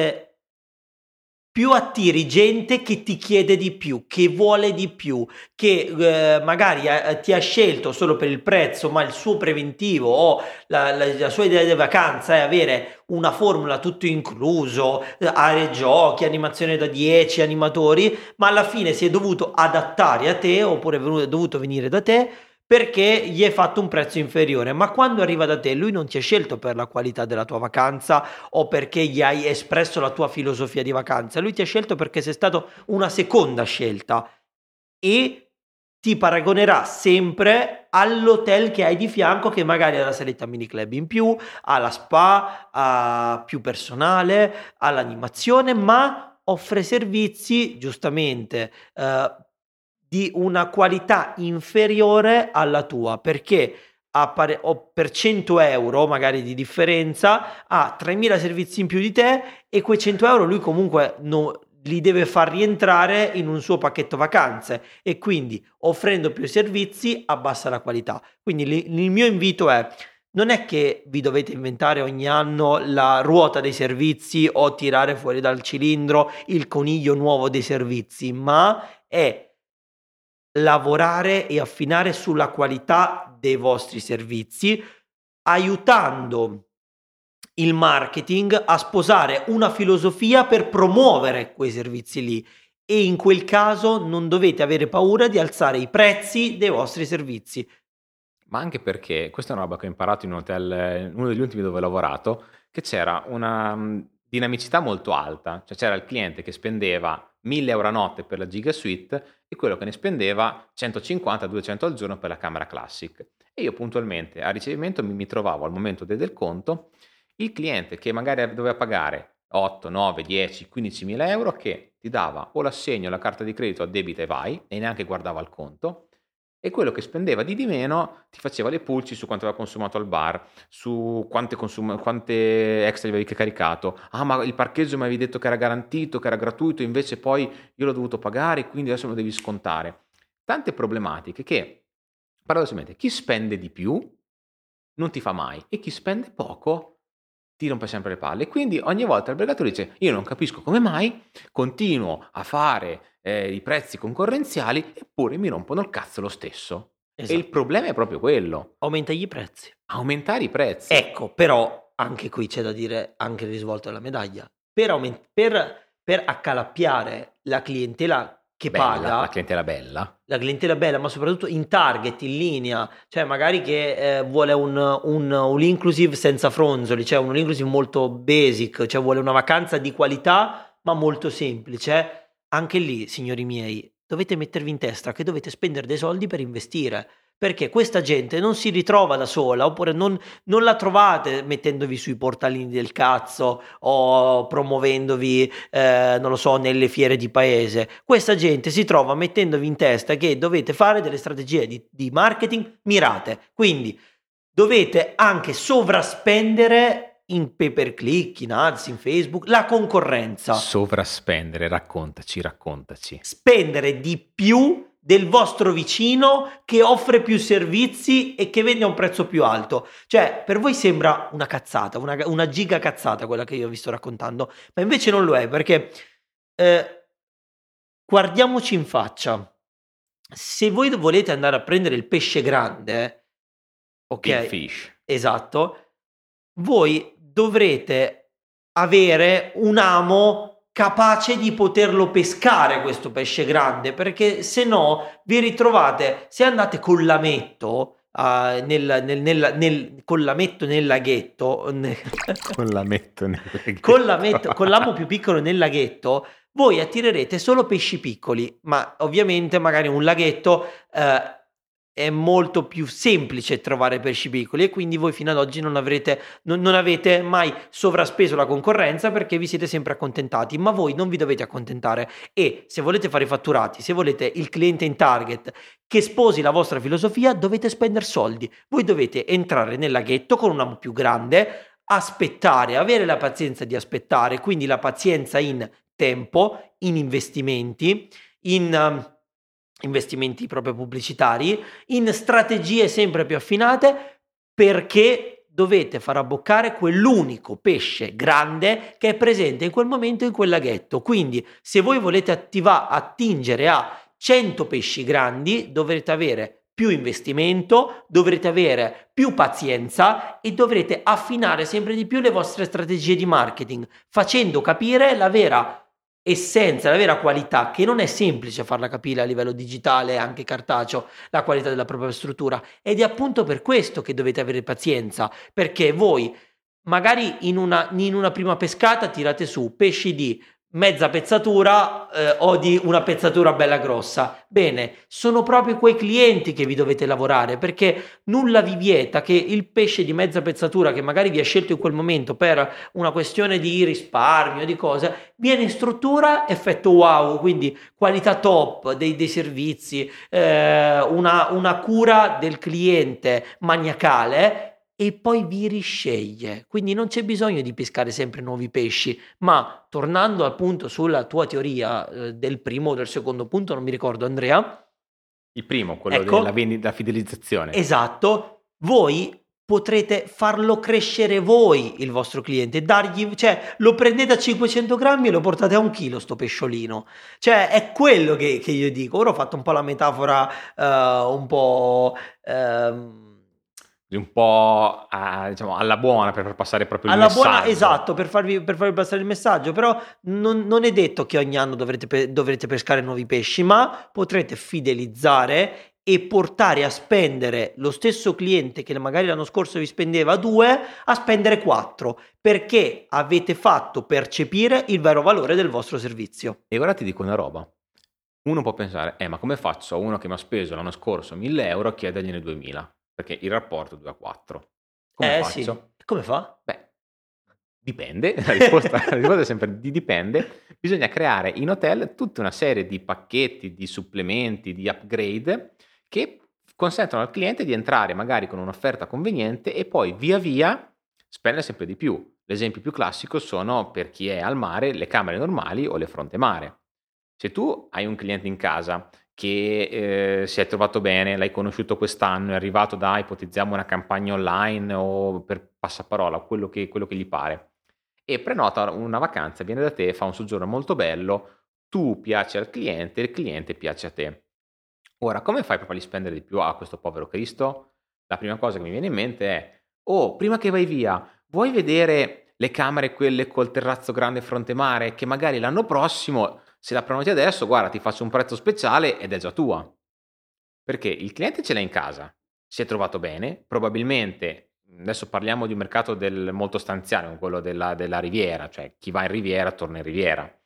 Più attiri gente che ti chiede di più, che vuole di più, che magari ti ha scelto solo per il prezzo, ma il suo preventivo o la sua idea di vacanza è avere una formula tutto incluso, aree giochi, animazione da 10 animatori, ma alla fine si è dovuto adattare a te oppure è dovuto venire da te perché gli hai fatto un prezzo inferiore, ma quando arriva da te lui non ti ha scelto per la qualità della tua vacanza o perché gli hai espresso la tua filosofia di vacanza, lui ti ha scelto perché sei stato una seconda scelta e ti paragonerà sempre all'hotel che hai di fianco, che magari ha la saletta mini club in più, ha la spa, ha più personale, ha l'animazione, ma offre servizi giustamente di una qualità inferiore alla tua, perché per 100 euro magari di differenza ha 3.000 servizi in più di te e quei 100 euro lui comunque li deve far rientrare in un suo pacchetto vacanze e quindi offrendo più servizi abbassa la qualità. Quindi il mio invito è: non è che vi dovete inventare ogni anno la ruota dei servizi o tirare fuori dal cilindro il coniglio nuovo dei servizi, ma è lavorare e affinare sulla qualità dei vostri servizi, aiutando il marketing a sposare una filosofia per promuovere quei servizi lì, e in quel caso non dovete avere paura di alzare i prezzi dei vostri servizi. Ma anche perché, questa è una roba che ho imparato in un hotel, uno degli ultimi dove ho lavorato, che c'era una dinamicità molto alta, cioè c'era il cliente che spendeva 1.000 euro a notte per la Giga Suite e quello che ne spendeva 150-200 al giorno per la camera classic. E io puntualmente a ricevimento mi trovavo al momento del conto il cliente che magari doveva pagare 8, 9, 10, 15.000 euro, che ti dava o l'assegno o la carta di credito a debita e vai, e neanche guardava il conto, e quello che spendeva di meno ti faceva le pulci su quanto aveva consumato al bar, su quante extra gli avevi caricato. Ah, ma il parcheggio mi avevi detto che era garantito, che era gratuito, invece poi io l'ho dovuto pagare, quindi adesso me lo devi scontare. Tante problematiche che, paradossalmente, chi spende di più non ti fa mai, e chi spende poco ti rompe sempre le palle. Quindi ogni volta il bregatore dice: io non capisco come mai continuo a fare i prezzi concorrenziali eppure mi rompono il cazzo lo stesso. Esatto. E il problema è proprio quello: aumentare i prezzi. Aumentare i prezzi. Ecco, però anche qui c'è da dire anche il risvolto della medaglia. Per accalappiare la clientela che paga, la clientela bella, ma soprattutto in target, in linea, cioè magari che vuole un all inclusive senza fronzoli, cioè un all inclusive molto basic, cioè vuole una vacanza di qualità ma molto semplice. Anche lì, signori miei, dovete mettervi in testa che dovete spendere dei soldi per investire, perché questa gente non si ritrova da sola, oppure non la trovate mettendovi sui portalini del cazzo o promuovendovi, non lo so, nelle fiere di paese. Questa gente si trova mettendovi in testa che dovete fare delle strategie di marketing mirate, quindi dovete anche sovraspendere in pay per click, in ads, in Facebook, la concorrenza. Sovraspendere, raccontaci. Spendere di più del vostro vicino che offre più servizi e che vende a un prezzo più alto. Cioè, per voi sembra una cazzata, una giga cazzata quella che io vi sto raccontando, ma invece non lo è, perché guardiamoci in faccia. Se voi volete andare a prendere il pesce grande, ok? Big fish. Esatto. Voi dovrete avere un amo capace di poterlo pescare questo pesce grande, perché se no vi ritrovate, se andate con l'ametto con l'ametto nel laghetto con l'amo più piccolo nel laghetto, voi attirerete solo pesci piccoli, ma ovviamente magari un laghetto è molto più semplice trovare pesci piccoli, e quindi voi fino ad oggi non avete mai sovraspeso la concorrenza, perché vi siete sempre accontentati. Ma voi non vi dovete accontentare, e se volete fare i fatturati, se volete il cliente in target che sposi la vostra filosofia, dovete spendere soldi. Voi dovete entrare nel laghetto con una più grande, aspettare, avere la pazienza di aspettare, quindi la pazienza in tempo, in investimenti, in investimenti proprio pubblicitari, in strategie sempre più affinate, perché dovete far abboccare quell'unico pesce grande che è presente in quel momento in quel laghetto. Quindi se voi volete attingere a 100 pesci grandi, dovrete avere più investimento, dovrete avere più pazienza e dovrete affinare sempre di più le vostre strategie di marketing, facendo capire la vera essenza, la vera qualità, che non è semplice farla capire a livello digitale, anche cartaceo, la qualità della propria struttura. Ed è appunto per questo che dovete avere pazienza, perché voi magari in una prima pescata tirate su pesci di mezza pezzatura o di una pezzatura bella grossa. Bene, sono proprio quei clienti che vi dovete lavorare, perché nulla vi vieta che il pesce di mezza pezzatura, che magari vi ha scelto in quel momento per una questione di risparmio, di cose, viene in struttura, effetto wow, quindi qualità top dei servizi, una cura del cliente maniacale, e poi vi risceglie. Quindi non c'è bisogno di pescare sempre nuovi pesci. Ma tornando appunto sulla tua teoria del primo o del secondo punto, non mi ricordo, Andrea. Il primo, quello della vendita, fidelizzazione. Esatto, voi potrete farlo crescere voi il vostro cliente, cioè lo prendete a 500 grammi e lo portate a 1 chilo sto pesciolino. Cioè è quello che io dico. Ora ho fatto un po' la metafora un po' diciamo alla buona, per far passare proprio il alla messaggio. buona, esatto, per farvi passare il messaggio. Però non è detto che ogni anno dovrete pescare nuovi pesci, ma potrete fidelizzare e portare a spendere lo stesso cliente che magari l'anno scorso vi spendeva 2 a spendere 4, perché avete fatto percepire il vero valore del vostro servizio. E ora ti dico una roba. Uno può pensare, ma come faccio a uno che mi ha speso l'anno scorso 1.000 euro a chiedergliene 2.000? Perché il rapporto è 2 a 4. Come faccio? Sì. Come fa? Beh, dipende, la risposta è sempre dipende. Bisogna creare in hotel tutta una serie di pacchetti, di supplementi, di upgrade che consentono al cliente di entrare magari con un'offerta conveniente e poi via via spendere sempre di più. L'esempio più classico sono, per chi è al mare, le camere normali o le fronte mare. Se tu hai un cliente in casa che si è trovato bene, l'hai conosciuto quest'anno, è arrivato da, ipotizziamo, una campagna online o per passaparola, quello che gli pare, e prenota una vacanza, viene da te, fa un soggiorno molto bello, tu piaci al cliente, il cliente piace a te. Ora, come fai per fargli spendere di più a questo povero Cristo? La prima cosa che mi viene in mente è, prima che vai via, vuoi vedere le camere quelle col terrazzo grande fronte mare, che magari l'anno prossimo, se la prenoti adesso, guarda, ti faccio un prezzo speciale ed è già tua. Perché il cliente ce l'ha in casa, si è trovato bene, probabilmente, adesso parliamo di un mercato molto stanziale, quello della riviera, cioè chi va in riviera torna in riviera.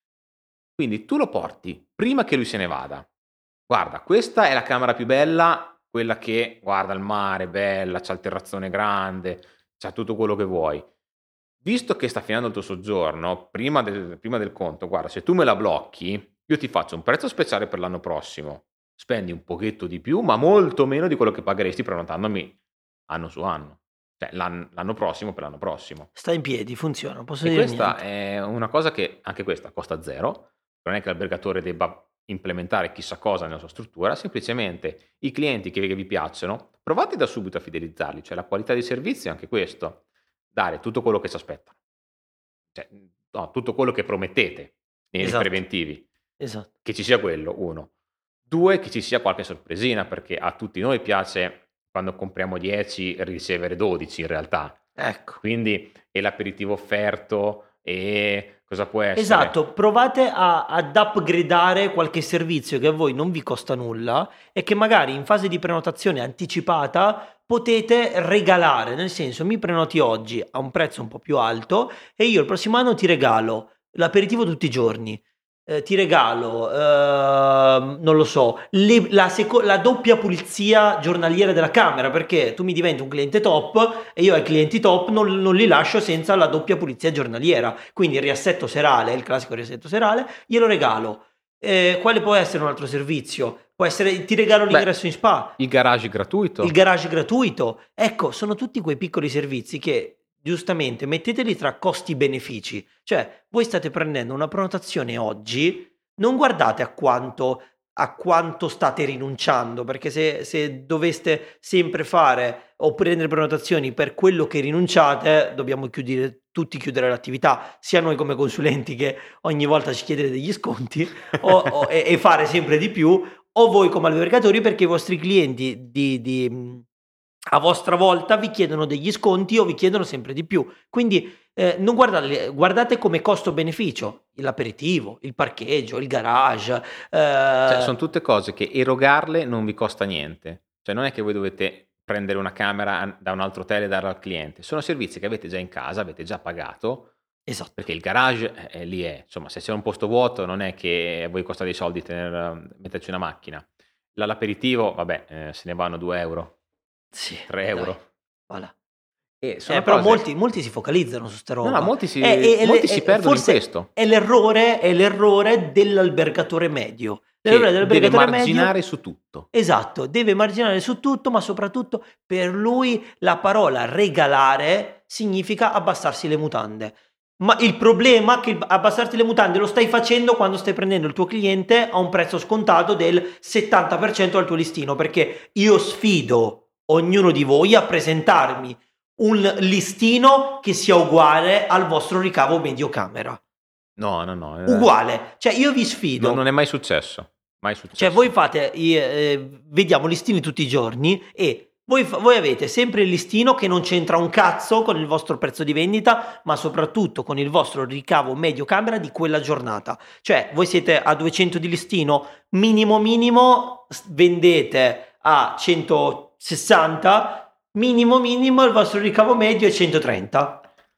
Quindi tu lo porti prima che lui se ne vada. Guarda, questa è la camera più bella, quella che guarda il mare, bella, c'ha il terrazzone grande, c'ha tutto quello che vuoi. Visto che sta finendo il tuo soggiorno, prima del conto, guarda, se tu me la blocchi, io ti faccio un prezzo speciale per l'anno prossimo. Spendi un pochetto di più, ma molto meno di quello che pagheresti prenotandomi anno su anno. Cioè l'anno prossimo per l'anno prossimo. Sta in piedi, funziona, posso e dire questa niente. È una cosa che anche questa costa zero. Non è che l'albergatore debba implementare chissà cosa nella sua struttura, semplicemente i clienti che vi piacciono, provate da subito a fidelizzarli, cioè la qualità di servizio è anche questo, dare tutto quello che si aspettano, cioè, tutto quello che promettete nei preventivi, esatto. Che ci sia quello, 1, 2, che ci sia qualche sorpresina, perché a tutti noi piace quando compriamo 10 ricevere 12 in realtà, ecco. Quindi è l'aperitivo offerto e cosa può essere? Esatto, provate ad upgradare qualche servizio che a voi non vi costa nulla e che magari in fase di prenotazione anticipata potete regalare, nel senso, mi prenoti oggi a un prezzo un po' più alto e io il prossimo anno ti regalo l'aperitivo tutti i giorni. ti regalo, non lo so, la doppia pulizia giornaliera della camera, perché tu mi diventi un cliente top e io ai clienti top non li lascio senza la doppia pulizia giornaliera. Quindi il riassetto serale, il classico riassetto serale, glielo regalo. Quale può essere un altro servizio? Può essere, ti regalo l'ingresso in spa. Il garage gratuito. Il garage gratuito. Ecco, sono tutti quei piccoli servizi che giustamente metteteli tra costi-benefici. Cioè, voi state prendendo una prenotazione oggi, non guardate a quanto state rinunciando, perché se doveste sempre fare o prendere prenotazioni per quello che rinunciate, dobbiamo tutti chiudere l'attività, sia noi come consulenti che ogni volta ci chiedete degli sconti e fare sempre di più, o voi come albergatori, perché i vostri clienti a vostra volta vi chiedono degli sconti o vi chiedono sempre di più. Quindi non guardate come costo-beneficio l'aperitivo, il parcheggio, il garage. Cioè, sono tutte cose che erogarle non vi costa niente. Cioè non è che voi dovete prendere una camera da un altro hotel e darla al cliente. Sono servizi che avete già in casa, avete già pagato. Esatto. Perché il garage lì è. Insomma, se c'è un posto vuoto non è che a voi costa dei soldi metterci una macchina. L'aperitivo, vabbè, se ne vanno 2 euro. Sì, 3 euro. Voilà. Però molti si focalizzano su sta roba. No, molti si perdono in questo. È l'errore dell'albergatore medio. Deve marginare su tutto. Esatto, deve marginare su tutto, ma soprattutto per lui la parola regalare significa abbassarsi le mutande. Ma il problema è che abbassarti le mutande lo stai facendo quando stai prendendo il tuo cliente a un prezzo scontato del 70% al tuo listino, perché io sfido ognuno di voi a presentarmi un listino che sia uguale al vostro ricavo medio camera. No. Uguale. Cioè io vi sfido. Non è mai successo. Cioè voi fate, vediamo listini tutti i giorni e voi avete sempre il listino che non c'entra un cazzo con il vostro prezzo di vendita, ma soprattutto con il vostro ricavo medio camera di quella giornata. Cioè voi siete a 200 di listino, minimo vendete a 160, minimo il vostro ricavo medio è 130.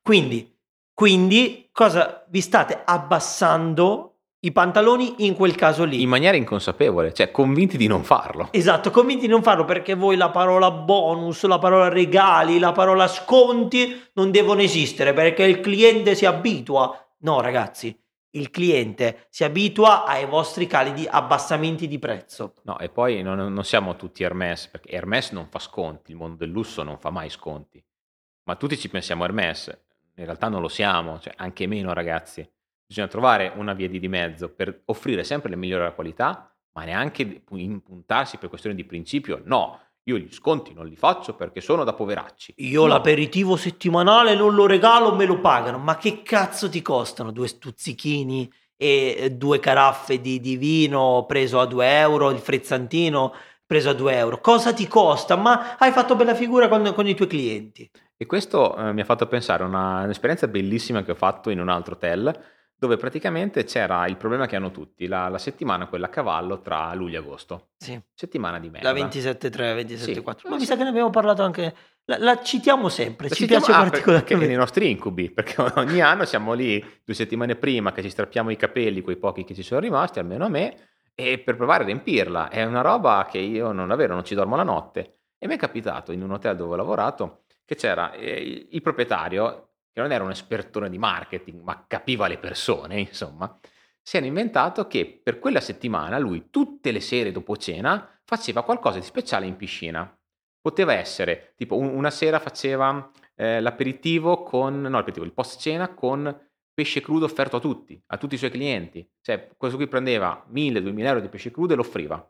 Quindi cosa vi state abbassando i pantaloni in quel caso lì? In maniera inconsapevole, cioè convinti di non farlo. Esatto, convinti di non farlo perché voi la parola bonus, la parola regali, la parola sconti non devono esistere perché il cliente si abitua. No ragazzi, il cliente si abitua ai vostri cali di abbassamenti di prezzo. No, e poi non siamo tutti Hermès, perché Hermès non fa sconti, il mondo del lusso non fa mai sconti. Ma tutti ci pensiamo Hermès, in realtà non lo siamo, cioè anche meno ragazzi. Bisogna trovare una via di mezzo per offrire sempre le migliori qualità, ma neanche impuntarsi per questioni di principio. No, io gli sconti non li faccio perché sono da poveracci. Io l'aperitivo settimanale non lo regalo, me lo pagano. Ma che cazzo ti costano 2 stuzzichini e 2 caraffe di vino preso a 2 euro, il frizzantino preso a 2 euro? Cosa ti costa? Ma hai fatto bella figura con i tuoi clienti. E questo mi ha fatto pensare a un'esperienza bellissima che ho fatto in un altro hotel, dove praticamente c'era il problema che hanno tutti, la settimana quella a cavallo tra luglio e agosto. Sì. Settimana di merda. La 27-3, 27-4. Sì, ma mi sa che ne abbiamo parlato anche... La citiamo sempre, ci piace particolarmente. Perché nei nostri incubi, perché ogni anno siamo lì 2 settimane prima che ci strappiamo i capelli, quei pochi che ci sono rimasti, almeno a me, e per provare a riempirla. È una roba che io non ci dormo la notte. E mi è capitato in un hotel dove ho lavorato che c'era il proprietario, che non era un espertone di marketing, ma capiva le persone, insomma, si era inventato che per quella settimana lui tutte le sere dopo cena faceva qualcosa di speciale in piscina. Poteva essere, tipo una sera faceva l'aperitivo il post cena con pesce crudo offerto a tutti i suoi clienti. Cioè, questo qui prendeva 1.000-2.000 euro di pesce crudo e lo offriva.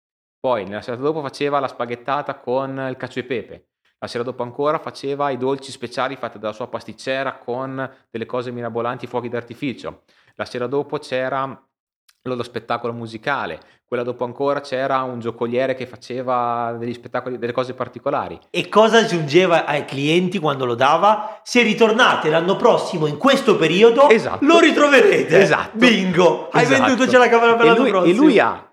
Poi nella sera dopo faceva la spaghettata con il cacio e pepe. La sera dopo ancora faceva i dolci speciali fatti dalla sua pasticcera con delle cose mirabolanti, fuochi d'artificio. La sera dopo c'era lo spettacolo musicale. Quella dopo ancora c'era un giocoliere che faceva degli spettacoli, delle cose particolari. E cosa aggiungeva ai clienti quando lo dava? Se ritornate l'anno prossimo in questo periodo, esatto, lo ritroverete. Esatto. Bingo! Hai venduto già la camera per l'anno prossimo. E lui ha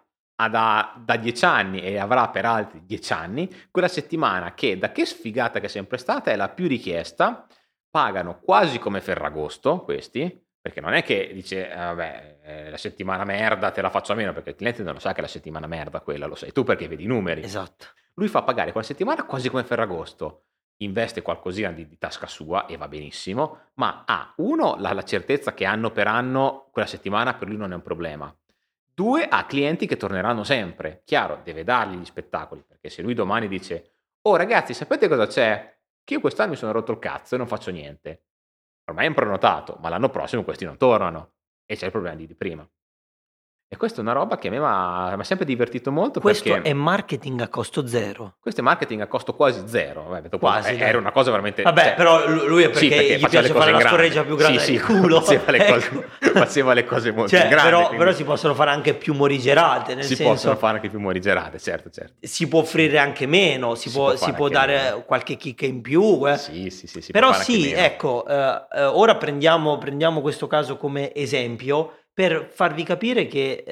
da 10 anni e avrà per altri 10 anni quella settimana che, da che sfigata che è sempre stata, è la più richiesta. Pagano quasi come Ferragosto questi, Perché non è che dice, vabbè, la settimana merda te la faccio a meno, perché il cliente non lo sa che è la settimana merda quella, lo sai tu perché vedi i numeri. Esatto. Lui fa pagare quella settimana quasi come Ferragosto, investe qualcosina di tasca sua e va benissimo, ma ha, uno, la certezza che anno per anno quella settimana per lui non è un problema. Due, ha clienti che torneranno sempre. Chiaro, deve dargli gli spettacoli, perché se lui domani dice, oh ragazzi, sapete cosa c'è? Che io quest'anno mi sono rotto il cazzo e non faccio niente. Ormai è un prenotato, ma l'anno prossimo questi non tornano. E c'è il problema di prima. E questa è una roba che a me mi ha sempre divertito molto. Questo perché è marketing a costo zero. Questo è marketing a costo quasi zero. Quasi, era una cosa veramente... Vabbè, però lui è perché gli piace fare la scorreggia più grande del culo. Faceva le cose molto grandi. Però si possono fare anche più morigerate, nel senso... possono fare anche più morigerate, certo. Si può offrire anche meno, si può dare meno. Qualche chicca in più. Sì. Però sì, ecco, ora prendiamo questo caso come esempio per farvi capire che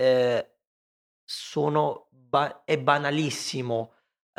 è banalissimo,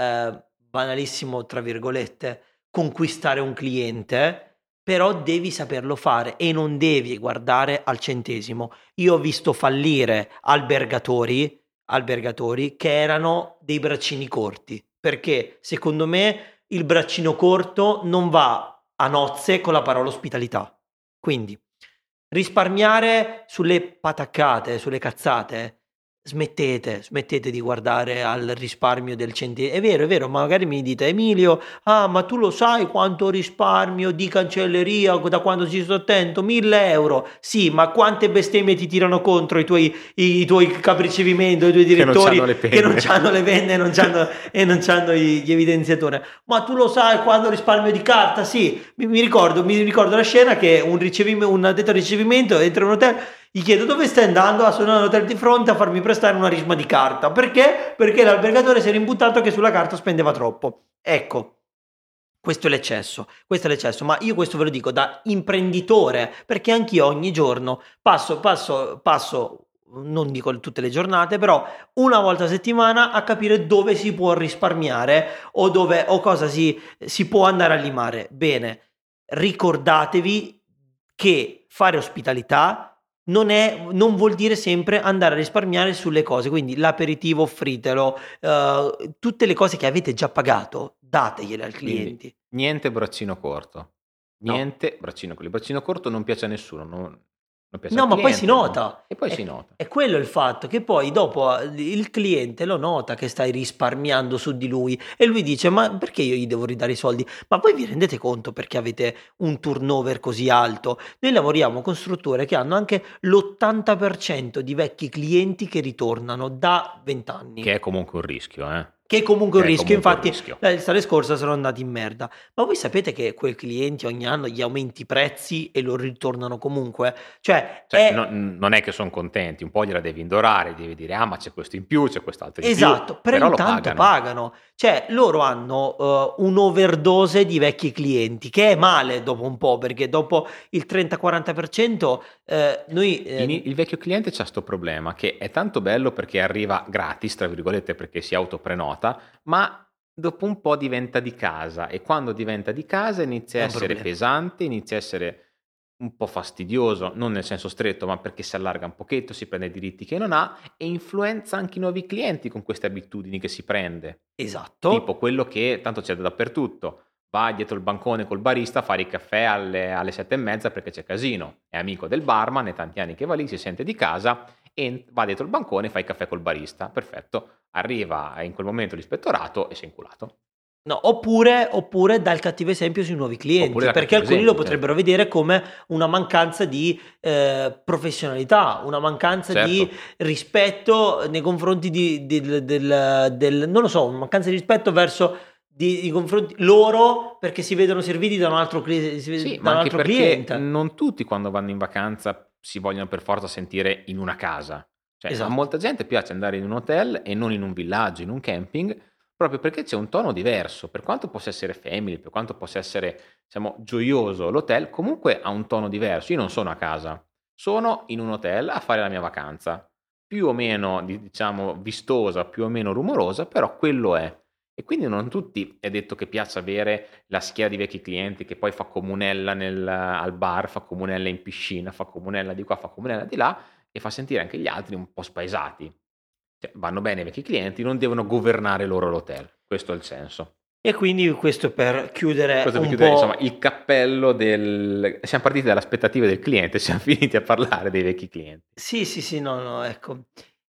tra virgolette, conquistare un cliente, però devi saperlo fare e non devi guardare al centesimo. Io ho visto fallire albergatori che erano dei braccini corti, perché secondo me il braccino corto non va a nozze con la parola ospitalità. Quindi risparmiare sulle pataccate, sulle cazzate, smettete di guardare al risparmio del centesimo. È vero, magari mi dite, Emilio, ma tu lo sai quanto risparmio di cancelleria da quando ci sto attento? 1.000 euro. Sì, ma quante bestemmie ti tirano contro i tuoi capricevimento, i tuoi direttori che non hanno le penne e non hanno gli evidenziatori. Ma tu lo sai quando risparmio di carta? Sì, mi ricordo la scena che un addetto al ricevimento entra in un hotel, gli chiedo dove stai andando, sono all'hotel di fronte a farmi prestare una risma di carta. Perché? Perché l'albergatore si era imbuttato che sulla carta spendeva troppo. Ecco, questo è l'eccesso, ma io questo ve lo dico da imprenditore, perché anch'io ogni giorno passo, non dico tutte le giornate, però una volta a settimana a capire dove si può risparmiare o cosa si può andare a limare. Bene, ricordatevi che fare ospitalità non vuol dire sempre andare a risparmiare sulle cose, quindi l'aperitivo offritelo, tutte le cose che avete già pagato dategliele al cliente. Quindi, niente braccino corto, braccino corto. Il braccino corto non piace a nessuno, non piace al cliente, ma poi si nota. E poi si nota. È quello il fatto, che poi dopo il cliente lo nota che stai risparmiando su di lui e lui dice, ma perché io gli devo ridare i soldi? Ma voi vi rendete conto perché avete un turnover così alto? Noi lavoriamo con strutture che hanno anche l'80% di vecchi clienti che ritornano da 20 anni. Che è comunque un rischio, Che è comunque un rischio, infatti l'estate scorsa sono andati in merda. Ma voi sapete che quei clienti ogni anno gli aumenti i prezzi e lo ritornano comunque? Non è che sono contenti, un po' gliela devi indorare, devi dire ma c'è questo in più, c'è quest'altro in più. Esatto, però intanto pagano. Cioè loro hanno un'overdose di vecchi clienti, che è male dopo un po', perché dopo il 30-40% noi... Il vecchio cliente c'ha sto problema, che è tanto bello perché arriva gratis, tra virgolette, perché si autoprenota, ma dopo un po' diventa di casa, e quando diventa di casa inizia a essere pesante, inizia a essere un po' fastidioso, non nel senso stretto, ma perché si allarga un pochetto, si prende diritti che non ha e influenza anche i nuovi clienti con queste abitudini che si prende. Esatto. Tipo quello che tanto c'è dappertutto, va dietro il bancone col barista a fare il caffè alle 7:30 perché c'è casino, è amico del barman, è tanti anni che va lì, si sente di casa e va dietro il bancone e fa il caffè col barista, perfetto, arriva in quel momento l'ispettorato e si è inculato. No, oppure dal cattivo esempio sui nuovi clienti, perché alcuni lo potrebbero vedere come una mancanza di professionalità, una mancanza di rispetto nei confronti non lo so, una mancanza di rispetto verso di confronti loro, perché si vedono serviti da un altro cliente. Ma anche perché non tutti quando vanno in vacanza si vogliono per forza sentire in una casa. Cioè, a molta gente piace andare in un hotel e non in un villaggio, in un camping, proprio perché c'è un tono diverso. Per quanto possa essere family, per quanto possa essere, gioioso l'hotel, comunque ha un tono diverso. Io non sono a casa, sono in un hotel a fare la mia vacanza, più o meno, vistosa, più o meno rumorosa, però quello è. E quindi non tutti è detto che piaccia avere la schiera di vecchi clienti che poi fa comunella al bar, fa comunella in piscina, fa comunella di qua, fa comunella di là e fa sentire anche gli altri un po' spaesati. Cioè, vanno bene i vecchi clienti, non devono governare loro l'hotel. Questo è il senso. E quindi questo per chiudere Questo per un chiudere, po'. insomma, il cappello del... Siamo partiti dalle aspettative del cliente, siamo finiti a parlare dei vecchi clienti. Sì, no, ecco.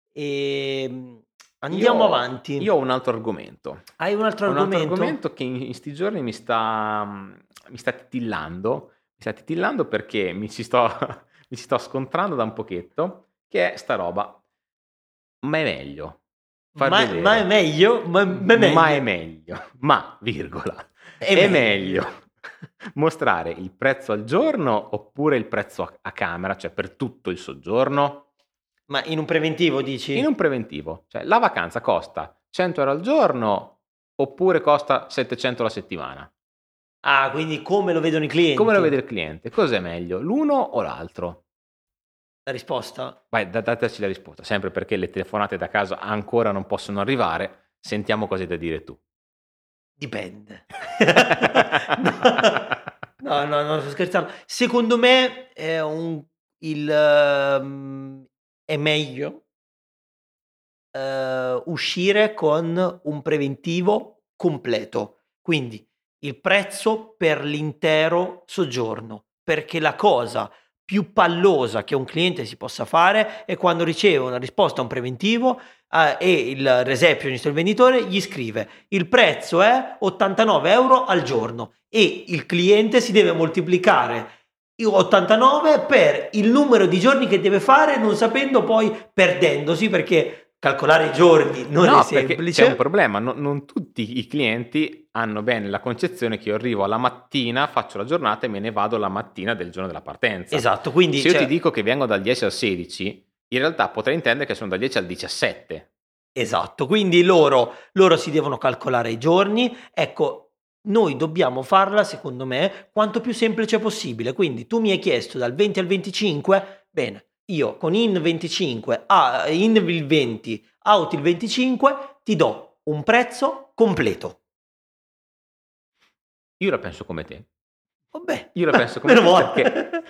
Andiamo avanti. Io ho un altro argomento. Hai un altro Ho un altro argomento? argomento che in sti giorni mi sta titillando. Mi sta titillando perché mi ci sto scontrando da un pochetto, che è sta roba. Ma è meglio far Ma vedere. è meglio? Ma è meglio. Ma è meglio. Ma, virgola. È meglio mostrare il prezzo al giorno oppure il prezzo a camera, cioè per tutto il soggiorno? Ma in un preventivo dici? In un preventivo, cioè la vacanza costa 100 euro al giorno oppure costa 700 la settimana? Ah, quindi come lo vedono i clienti? Come lo vede il cliente? Cos'è meglio, l'uno o l'altro? La risposta? Vai, dateci la risposta, sempre perché le telefonate da casa ancora non possono arrivare. Sentiamo cosa hai da dire tu. Dipende. No, sto scherzando. Secondo me è è meglio uscire con un preventivo completo, quindi il prezzo per l'intero soggiorno, perché la cosa più pallosa che un cliente si possa fare è quando riceve una risposta a un preventivo e il receptionist o il venditore gli scrive il prezzo è 89 euro al giorno e il cliente si deve moltiplicare 89 per il numero di giorni che deve fare, non sapendo poi, perdendosi, perché calcolare i giorni non è semplice. C'è un problema, non tutti i clienti hanno bene la concezione che io arrivo alla mattina, faccio la giornata e me ne vado la mattina del giorno della partenza. Esatto, quindi se io ti dico che vengo dal 10 al 16, in realtà potrei intendere che sono dal 10 al 17. Esatto, quindi loro si devono calcolare i giorni. Ecco, noi dobbiamo farla, secondo me, quanto più semplice possibile. Quindi tu mi hai chiesto dal 20 al 25, bene, io con in 25 in il 20 out il 25 ti do un prezzo completo. Io la penso come te. Vabbè, io la penso come te perché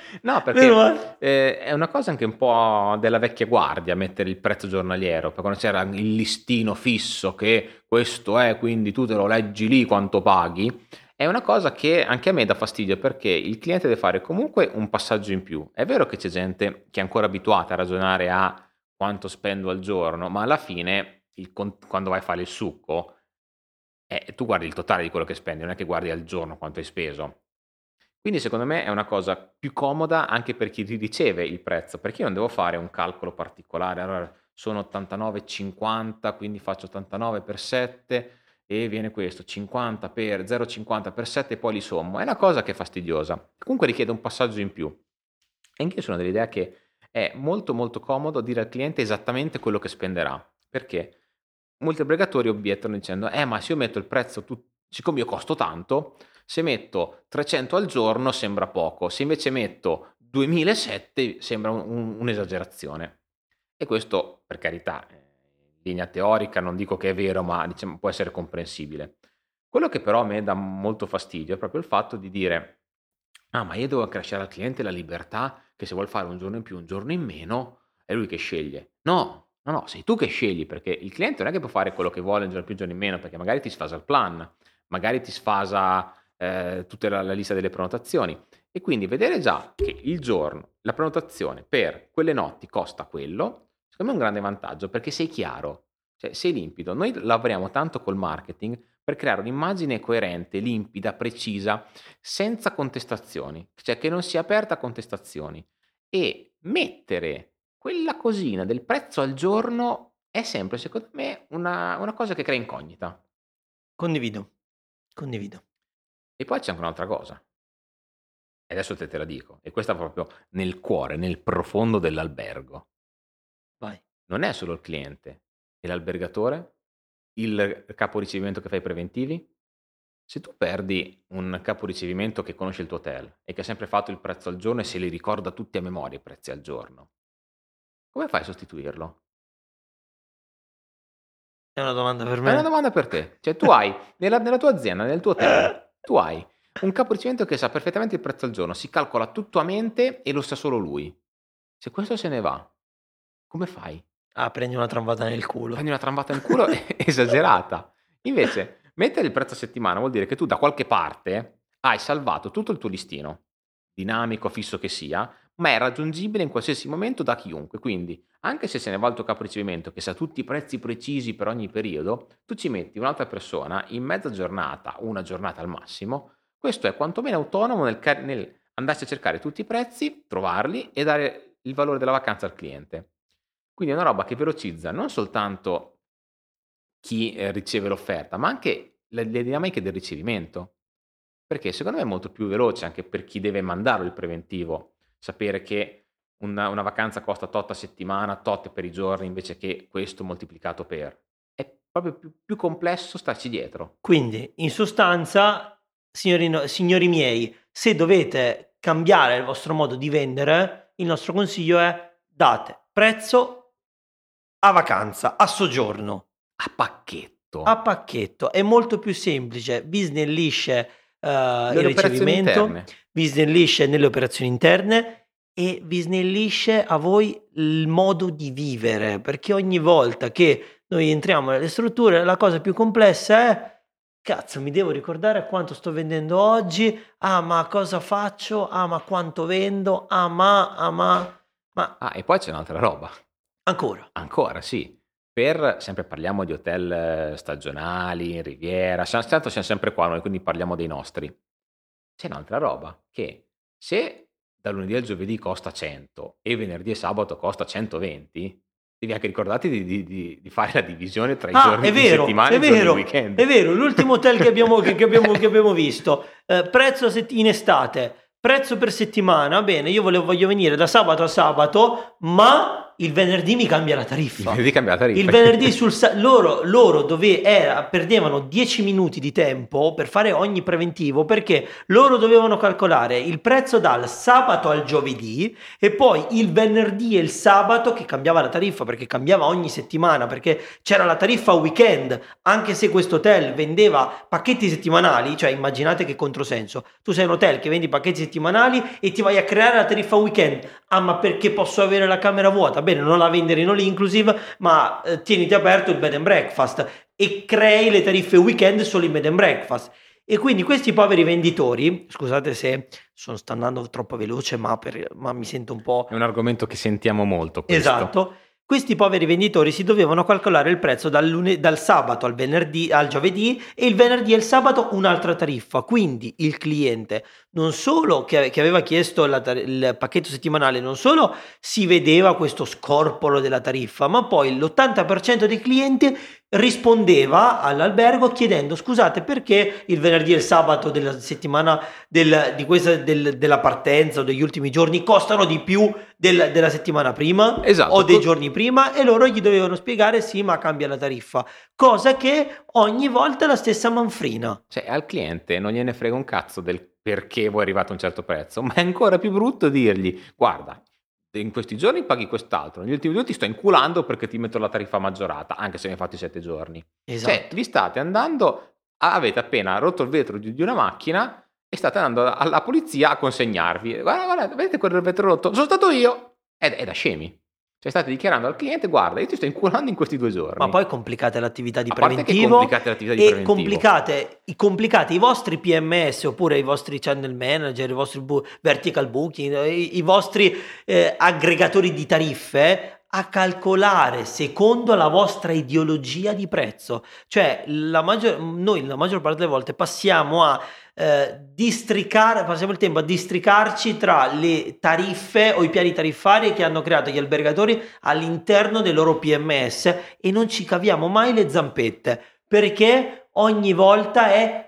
è una cosa anche un po' della vecchia guardia mettere il prezzo giornaliero, perché quando c'era il listino fisso che questo è, quindi tu te lo leggi lì quanto paghi, è una cosa che anche a me dà fastidio perché il cliente deve fare comunque un passaggio in più. È vero che c'è gente che è ancora abituata a ragionare a quanto spendo al giorno, ma alla fine quando vai a fare il succo tu guardi il totale di quello che spendi, non è che guardi al giorno quanto hai speso. Quindi secondo me è una cosa più comoda anche per chi riceve il prezzo, perché io non devo fare un calcolo particolare. Allora sono 89,50, quindi faccio 89 per 7 e viene questo, 50 per 0,50 per 7 e poi li sommo. È una cosa che è fastidiosa, comunque richiede un passaggio in più. E anche io sono dell'idea che è molto molto comodo dire al cliente esattamente quello che spenderà, perché molti obbligatori obiettano dicendo ma se io metto il prezzo, siccome io costo tanto, se metto 300 al giorno sembra poco, se invece metto 2007 sembra un'esagerazione. E questo, per carità, in linea teorica non dico che è vero, ma diciamo, può essere comprensibile. Quello che però a me dà molto fastidio è proprio il fatto di dire ma io devo lasciare al cliente la libertà che se vuol fare un giorno in più, un giorno in meno, è lui che sceglie. No, sei tu che scegli, perché il cliente non è che può fare quello che vuole un giorno in più, un giorno in meno, perché magari ti sfasa il plan, magari ti sfasa tutta la lista delle prenotazioni. E quindi vedere già che il giorno, la prenotazione per quelle notti costa quello, secondo me è un grande vantaggio, perché sei chiaro, cioè sei limpido. Noi lavoriamo tanto col marketing per creare un'immagine coerente, limpida, precisa, senza contestazioni, cioè che non sia aperta a contestazioni. E mettere quella cosina del prezzo al giorno è sempre, secondo me, una cosa che crea incognita. Condivido. E poi c'è anche un'altra cosa, e adesso te la dico, e questa proprio nel cuore, nel profondo dell'albergo. Vai. Non è solo il cliente, è l'albergatore, il capo ricevimento che fa i preventivi. Se tu perdi un capo ricevimento che conosce il tuo hotel e che ha sempre fatto il prezzo al giorno e se li ricorda tutti a memoria i prezzi al giorno, come fai a sostituirlo? È una domanda per me. È una domanda per te. Cioè tu hai, nella tua azienda, nel tuo hotel, tu hai un capo ricevimento che sa perfettamente il prezzo al giorno, si calcola tutto a mente e lo sa solo lui. Se questo se ne va, come fai? Prendi una tramvata nel culo. Prendi una tramvata nel culo esagerata. Invece, mettere il prezzo a settimana vuol dire che tu da qualche parte hai salvato tutto il tuo listino, dinamico, fisso che sia, ma è raggiungibile in qualsiasi momento da chiunque. Quindi, anche se se ne va il tuo capo ricevimento che sa tutti i prezzi precisi per ogni periodo, tu ci metti un'altra persona in mezza giornata, una giornata al massimo. Questo è quantomeno autonomo nel andarsi a cercare tutti i prezzi, trovarli e dare il valore della vacanza al cliente. Quindi è una roba che velocizza non soltanto chi riceve l'offerta, ma anche le dinamiche del ricevimento. Perché secondo me è molto più veloce anche per chi deve mandarlo il preventivo, sapere che una vacanza costa tot a settimana, tot per i giorni, invece che questo moltiplicato per. È proprio più complesso starci dietro. Quindi, in sostanza, signori miei, se dovete cambiare il vostro modo di vendere, il nostro consiglio è: date prezzo a vacanza, a soggiorno. A pacchetto. A pacchetto. È molto più semplice, vi snellisce il ricevimento, vi snellisce nelle operazioni interne e vi snellisce a voi il modo di vivere, perché ogni volta che noi entriamo nelle strutture la cosa più complessa è: cazzo, mi devo ricordare quanto sto vendendo oggi, ma cosa faccio, ma quanto vendo, ma... E poi c'è un'altra roba. Ancora, sì. Sempre parliamo di hotel stagionali, in Riviera, tanto siamo sempre qua noi, quindi parliamo dei nostri. C'è un'altra roba, che se da lunedì al giovedì costa 100 e venerdì e sabato costa 120, devi anche ricordarti di fare la divisione tra i giorni di settimana e i giorni di weekend. È vero, l'ultimo hotel che abbiamo visto, prezzo in estate, prezzo per settimana, bene, io voglio venire da sabato a sabato, ma il venerdì mi cambia la tariffa. Il venerdì loro perdevano 10 minuti di tempo per fare ogni preventivo, perché loro dovevano calcolare il prezzo dal sabato al giovedì e poi il venerdì e il sabato, che cambiava la tariffa perché cambiava ogni settimana, perché c'era la tariffa weekend, anche se questo hotel vendeva pacchetti settimanali. Cioè, immaginate che controsenso: tu sei un hotel che vendi pacchetti settimanali e ti vai a creare la tariffa weekend. Ma perché posso avere la camera vuota? Bene, non la vendere in all inclusive, ma tieniti aperto il bed and breakfast e crei le tariffe weekend solo in bed and breakfast. E quindi questi poveri venditori, scusate se sto andando troppo veloce, ma mi sento un po'... È un argomento che sentiamo molto, questo. Esatto. Questi poveri venditori si dovevano calcolare il prezzo dal sabato al giovedì, e il venerdì e il sabato un'altra tariffa. Quindi il cliente, non solo che aveva chiesto il pacchetto settimanale, non solo si vedeva questo scorporo della tariffa, ma poi l'80% dei clienti rispondeva all'albergo chiedendo: scusate, perché il venerdì e il sabato della settimana della partenza o degli ultimi giorni costano di più della settimana prima, esatto, o dei giorni prima? E loro gli dovevano spiegare: sì, ma cambia la tariffa, cosa che ogni volta è la stessa manfrina. Cioè, al cliente non gliene frega un cazzo del perché vuoi arrivare a un certo prezzo, ma è ancora più brutto dirgli: guarda, in questi giorni paghi quest'altro, negli ultimi 2 ti sto inculando perché ti metto la tariffa maggiorata, anche se ne hai fatti 7 giorni. Esatto. Cioè, vi state andando, avete appena rotto il vetro di una macchina e state andando alla polizia a consegnarvi: guarda, vedete quel vetro rotto? Sono stato io! È da scemi. Cioè, state dichiarando al cliente: guarda, io ti sto inculando in questi 2 giorni. Ma poi complicate l'attività di preventivo e complicate i vostri PMS, oppure i vostri channel manager, i vostri vertical booking, i vostri aggregatori di tariffe, a calcolare secondo la vostra ideologia di prezzo. Cioè, noi la maggior parte delle volte passiamo il tempo a districarci tra le tariffe o i piani tariffari che hanno creato gli albergatori all'interno dei loro PMS, e non ci caviamo mai le zampette, perché ogni volta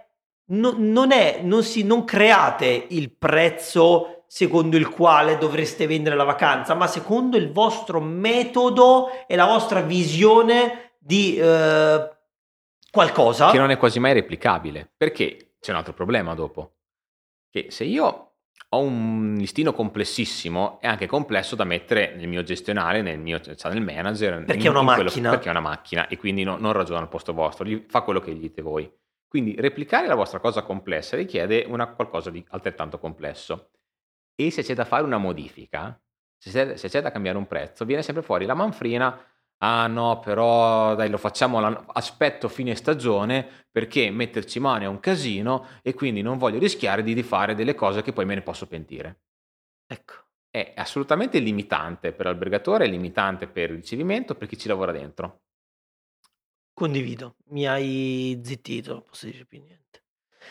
non create il prezzo secondo il quale dovreste vendere la vacanza, ma secondo il vostro metodo e la vostra visione di qualcosa che non è quasi mai replicabile. Perché c'è un altro problema dopo, che se io ho un listino complessissimo e anche complesso da mettere nel mio gestionale, nel mio channel manager. Perché è una macchina. Perché è una macchina e quindi non ragiona al posto vostro, fa quello che gli dite voi. Quindi replicare la vostra cosa complessa richiede qualcosa di altrettanto complesso. E se c'è da fare una modifica, se c'è da cambiare un prezzo, viene sempre fuori la manfrina. Ah no, però dai, lo facciamo, aspetto fine stagione perché metterci mano è un casino e quindi non voglio rischiare di rifare delle cose che poi me ne posso pentire. Ecco. È assolutamente limitante per l'albergatore, è limitante per il ricevimento, per chi ci lavora dentro. Condivido, mi hai zittito, non posso dire più niente.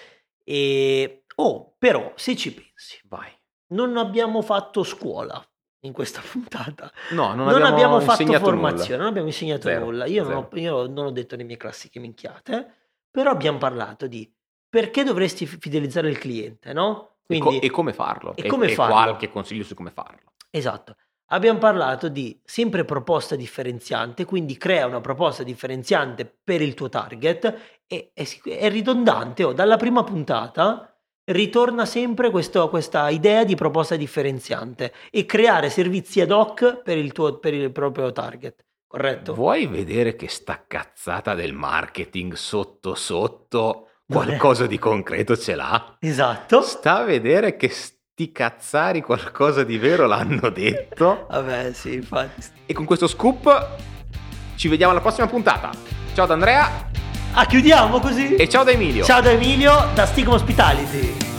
Però se ci pensi, vai. Non abbiamo fatto scuola in questa puntata. No, non abbiamo fatto formazione, nulla. Non abbiamo insegnato nulla. Io non ho detto le mie classiche minchiate, però abbiamo parlato di perché dovresti fidelizzare il cliente, no? Quindi, e come farlo. E farlo. Qualche consiglio su come farlo. Esatto. Abbiamo parlato di sempre proposta differenziante, quindi crea una proposta differenziante per il tuo target e è ridondante. Dalla prima puntata ritorna sempre questa idea di proposta differenziante e creare servizi ad hoc per il proprio target, corretto? Vuoi vedere che sta cazzata del marketing sotto qualcosa di concreto ce l'ha? Esatto. Sta a vedere che sti cazzari qualcosa di vero l'hanno detto. Vabbè, sì, infatti. E con questo scoop ci vediamo alla prossima puntata. Ciao da Andrea. Chiudiamo così? E ciao da Emilio. Ciao da Emilio, da Stigma Hospitality.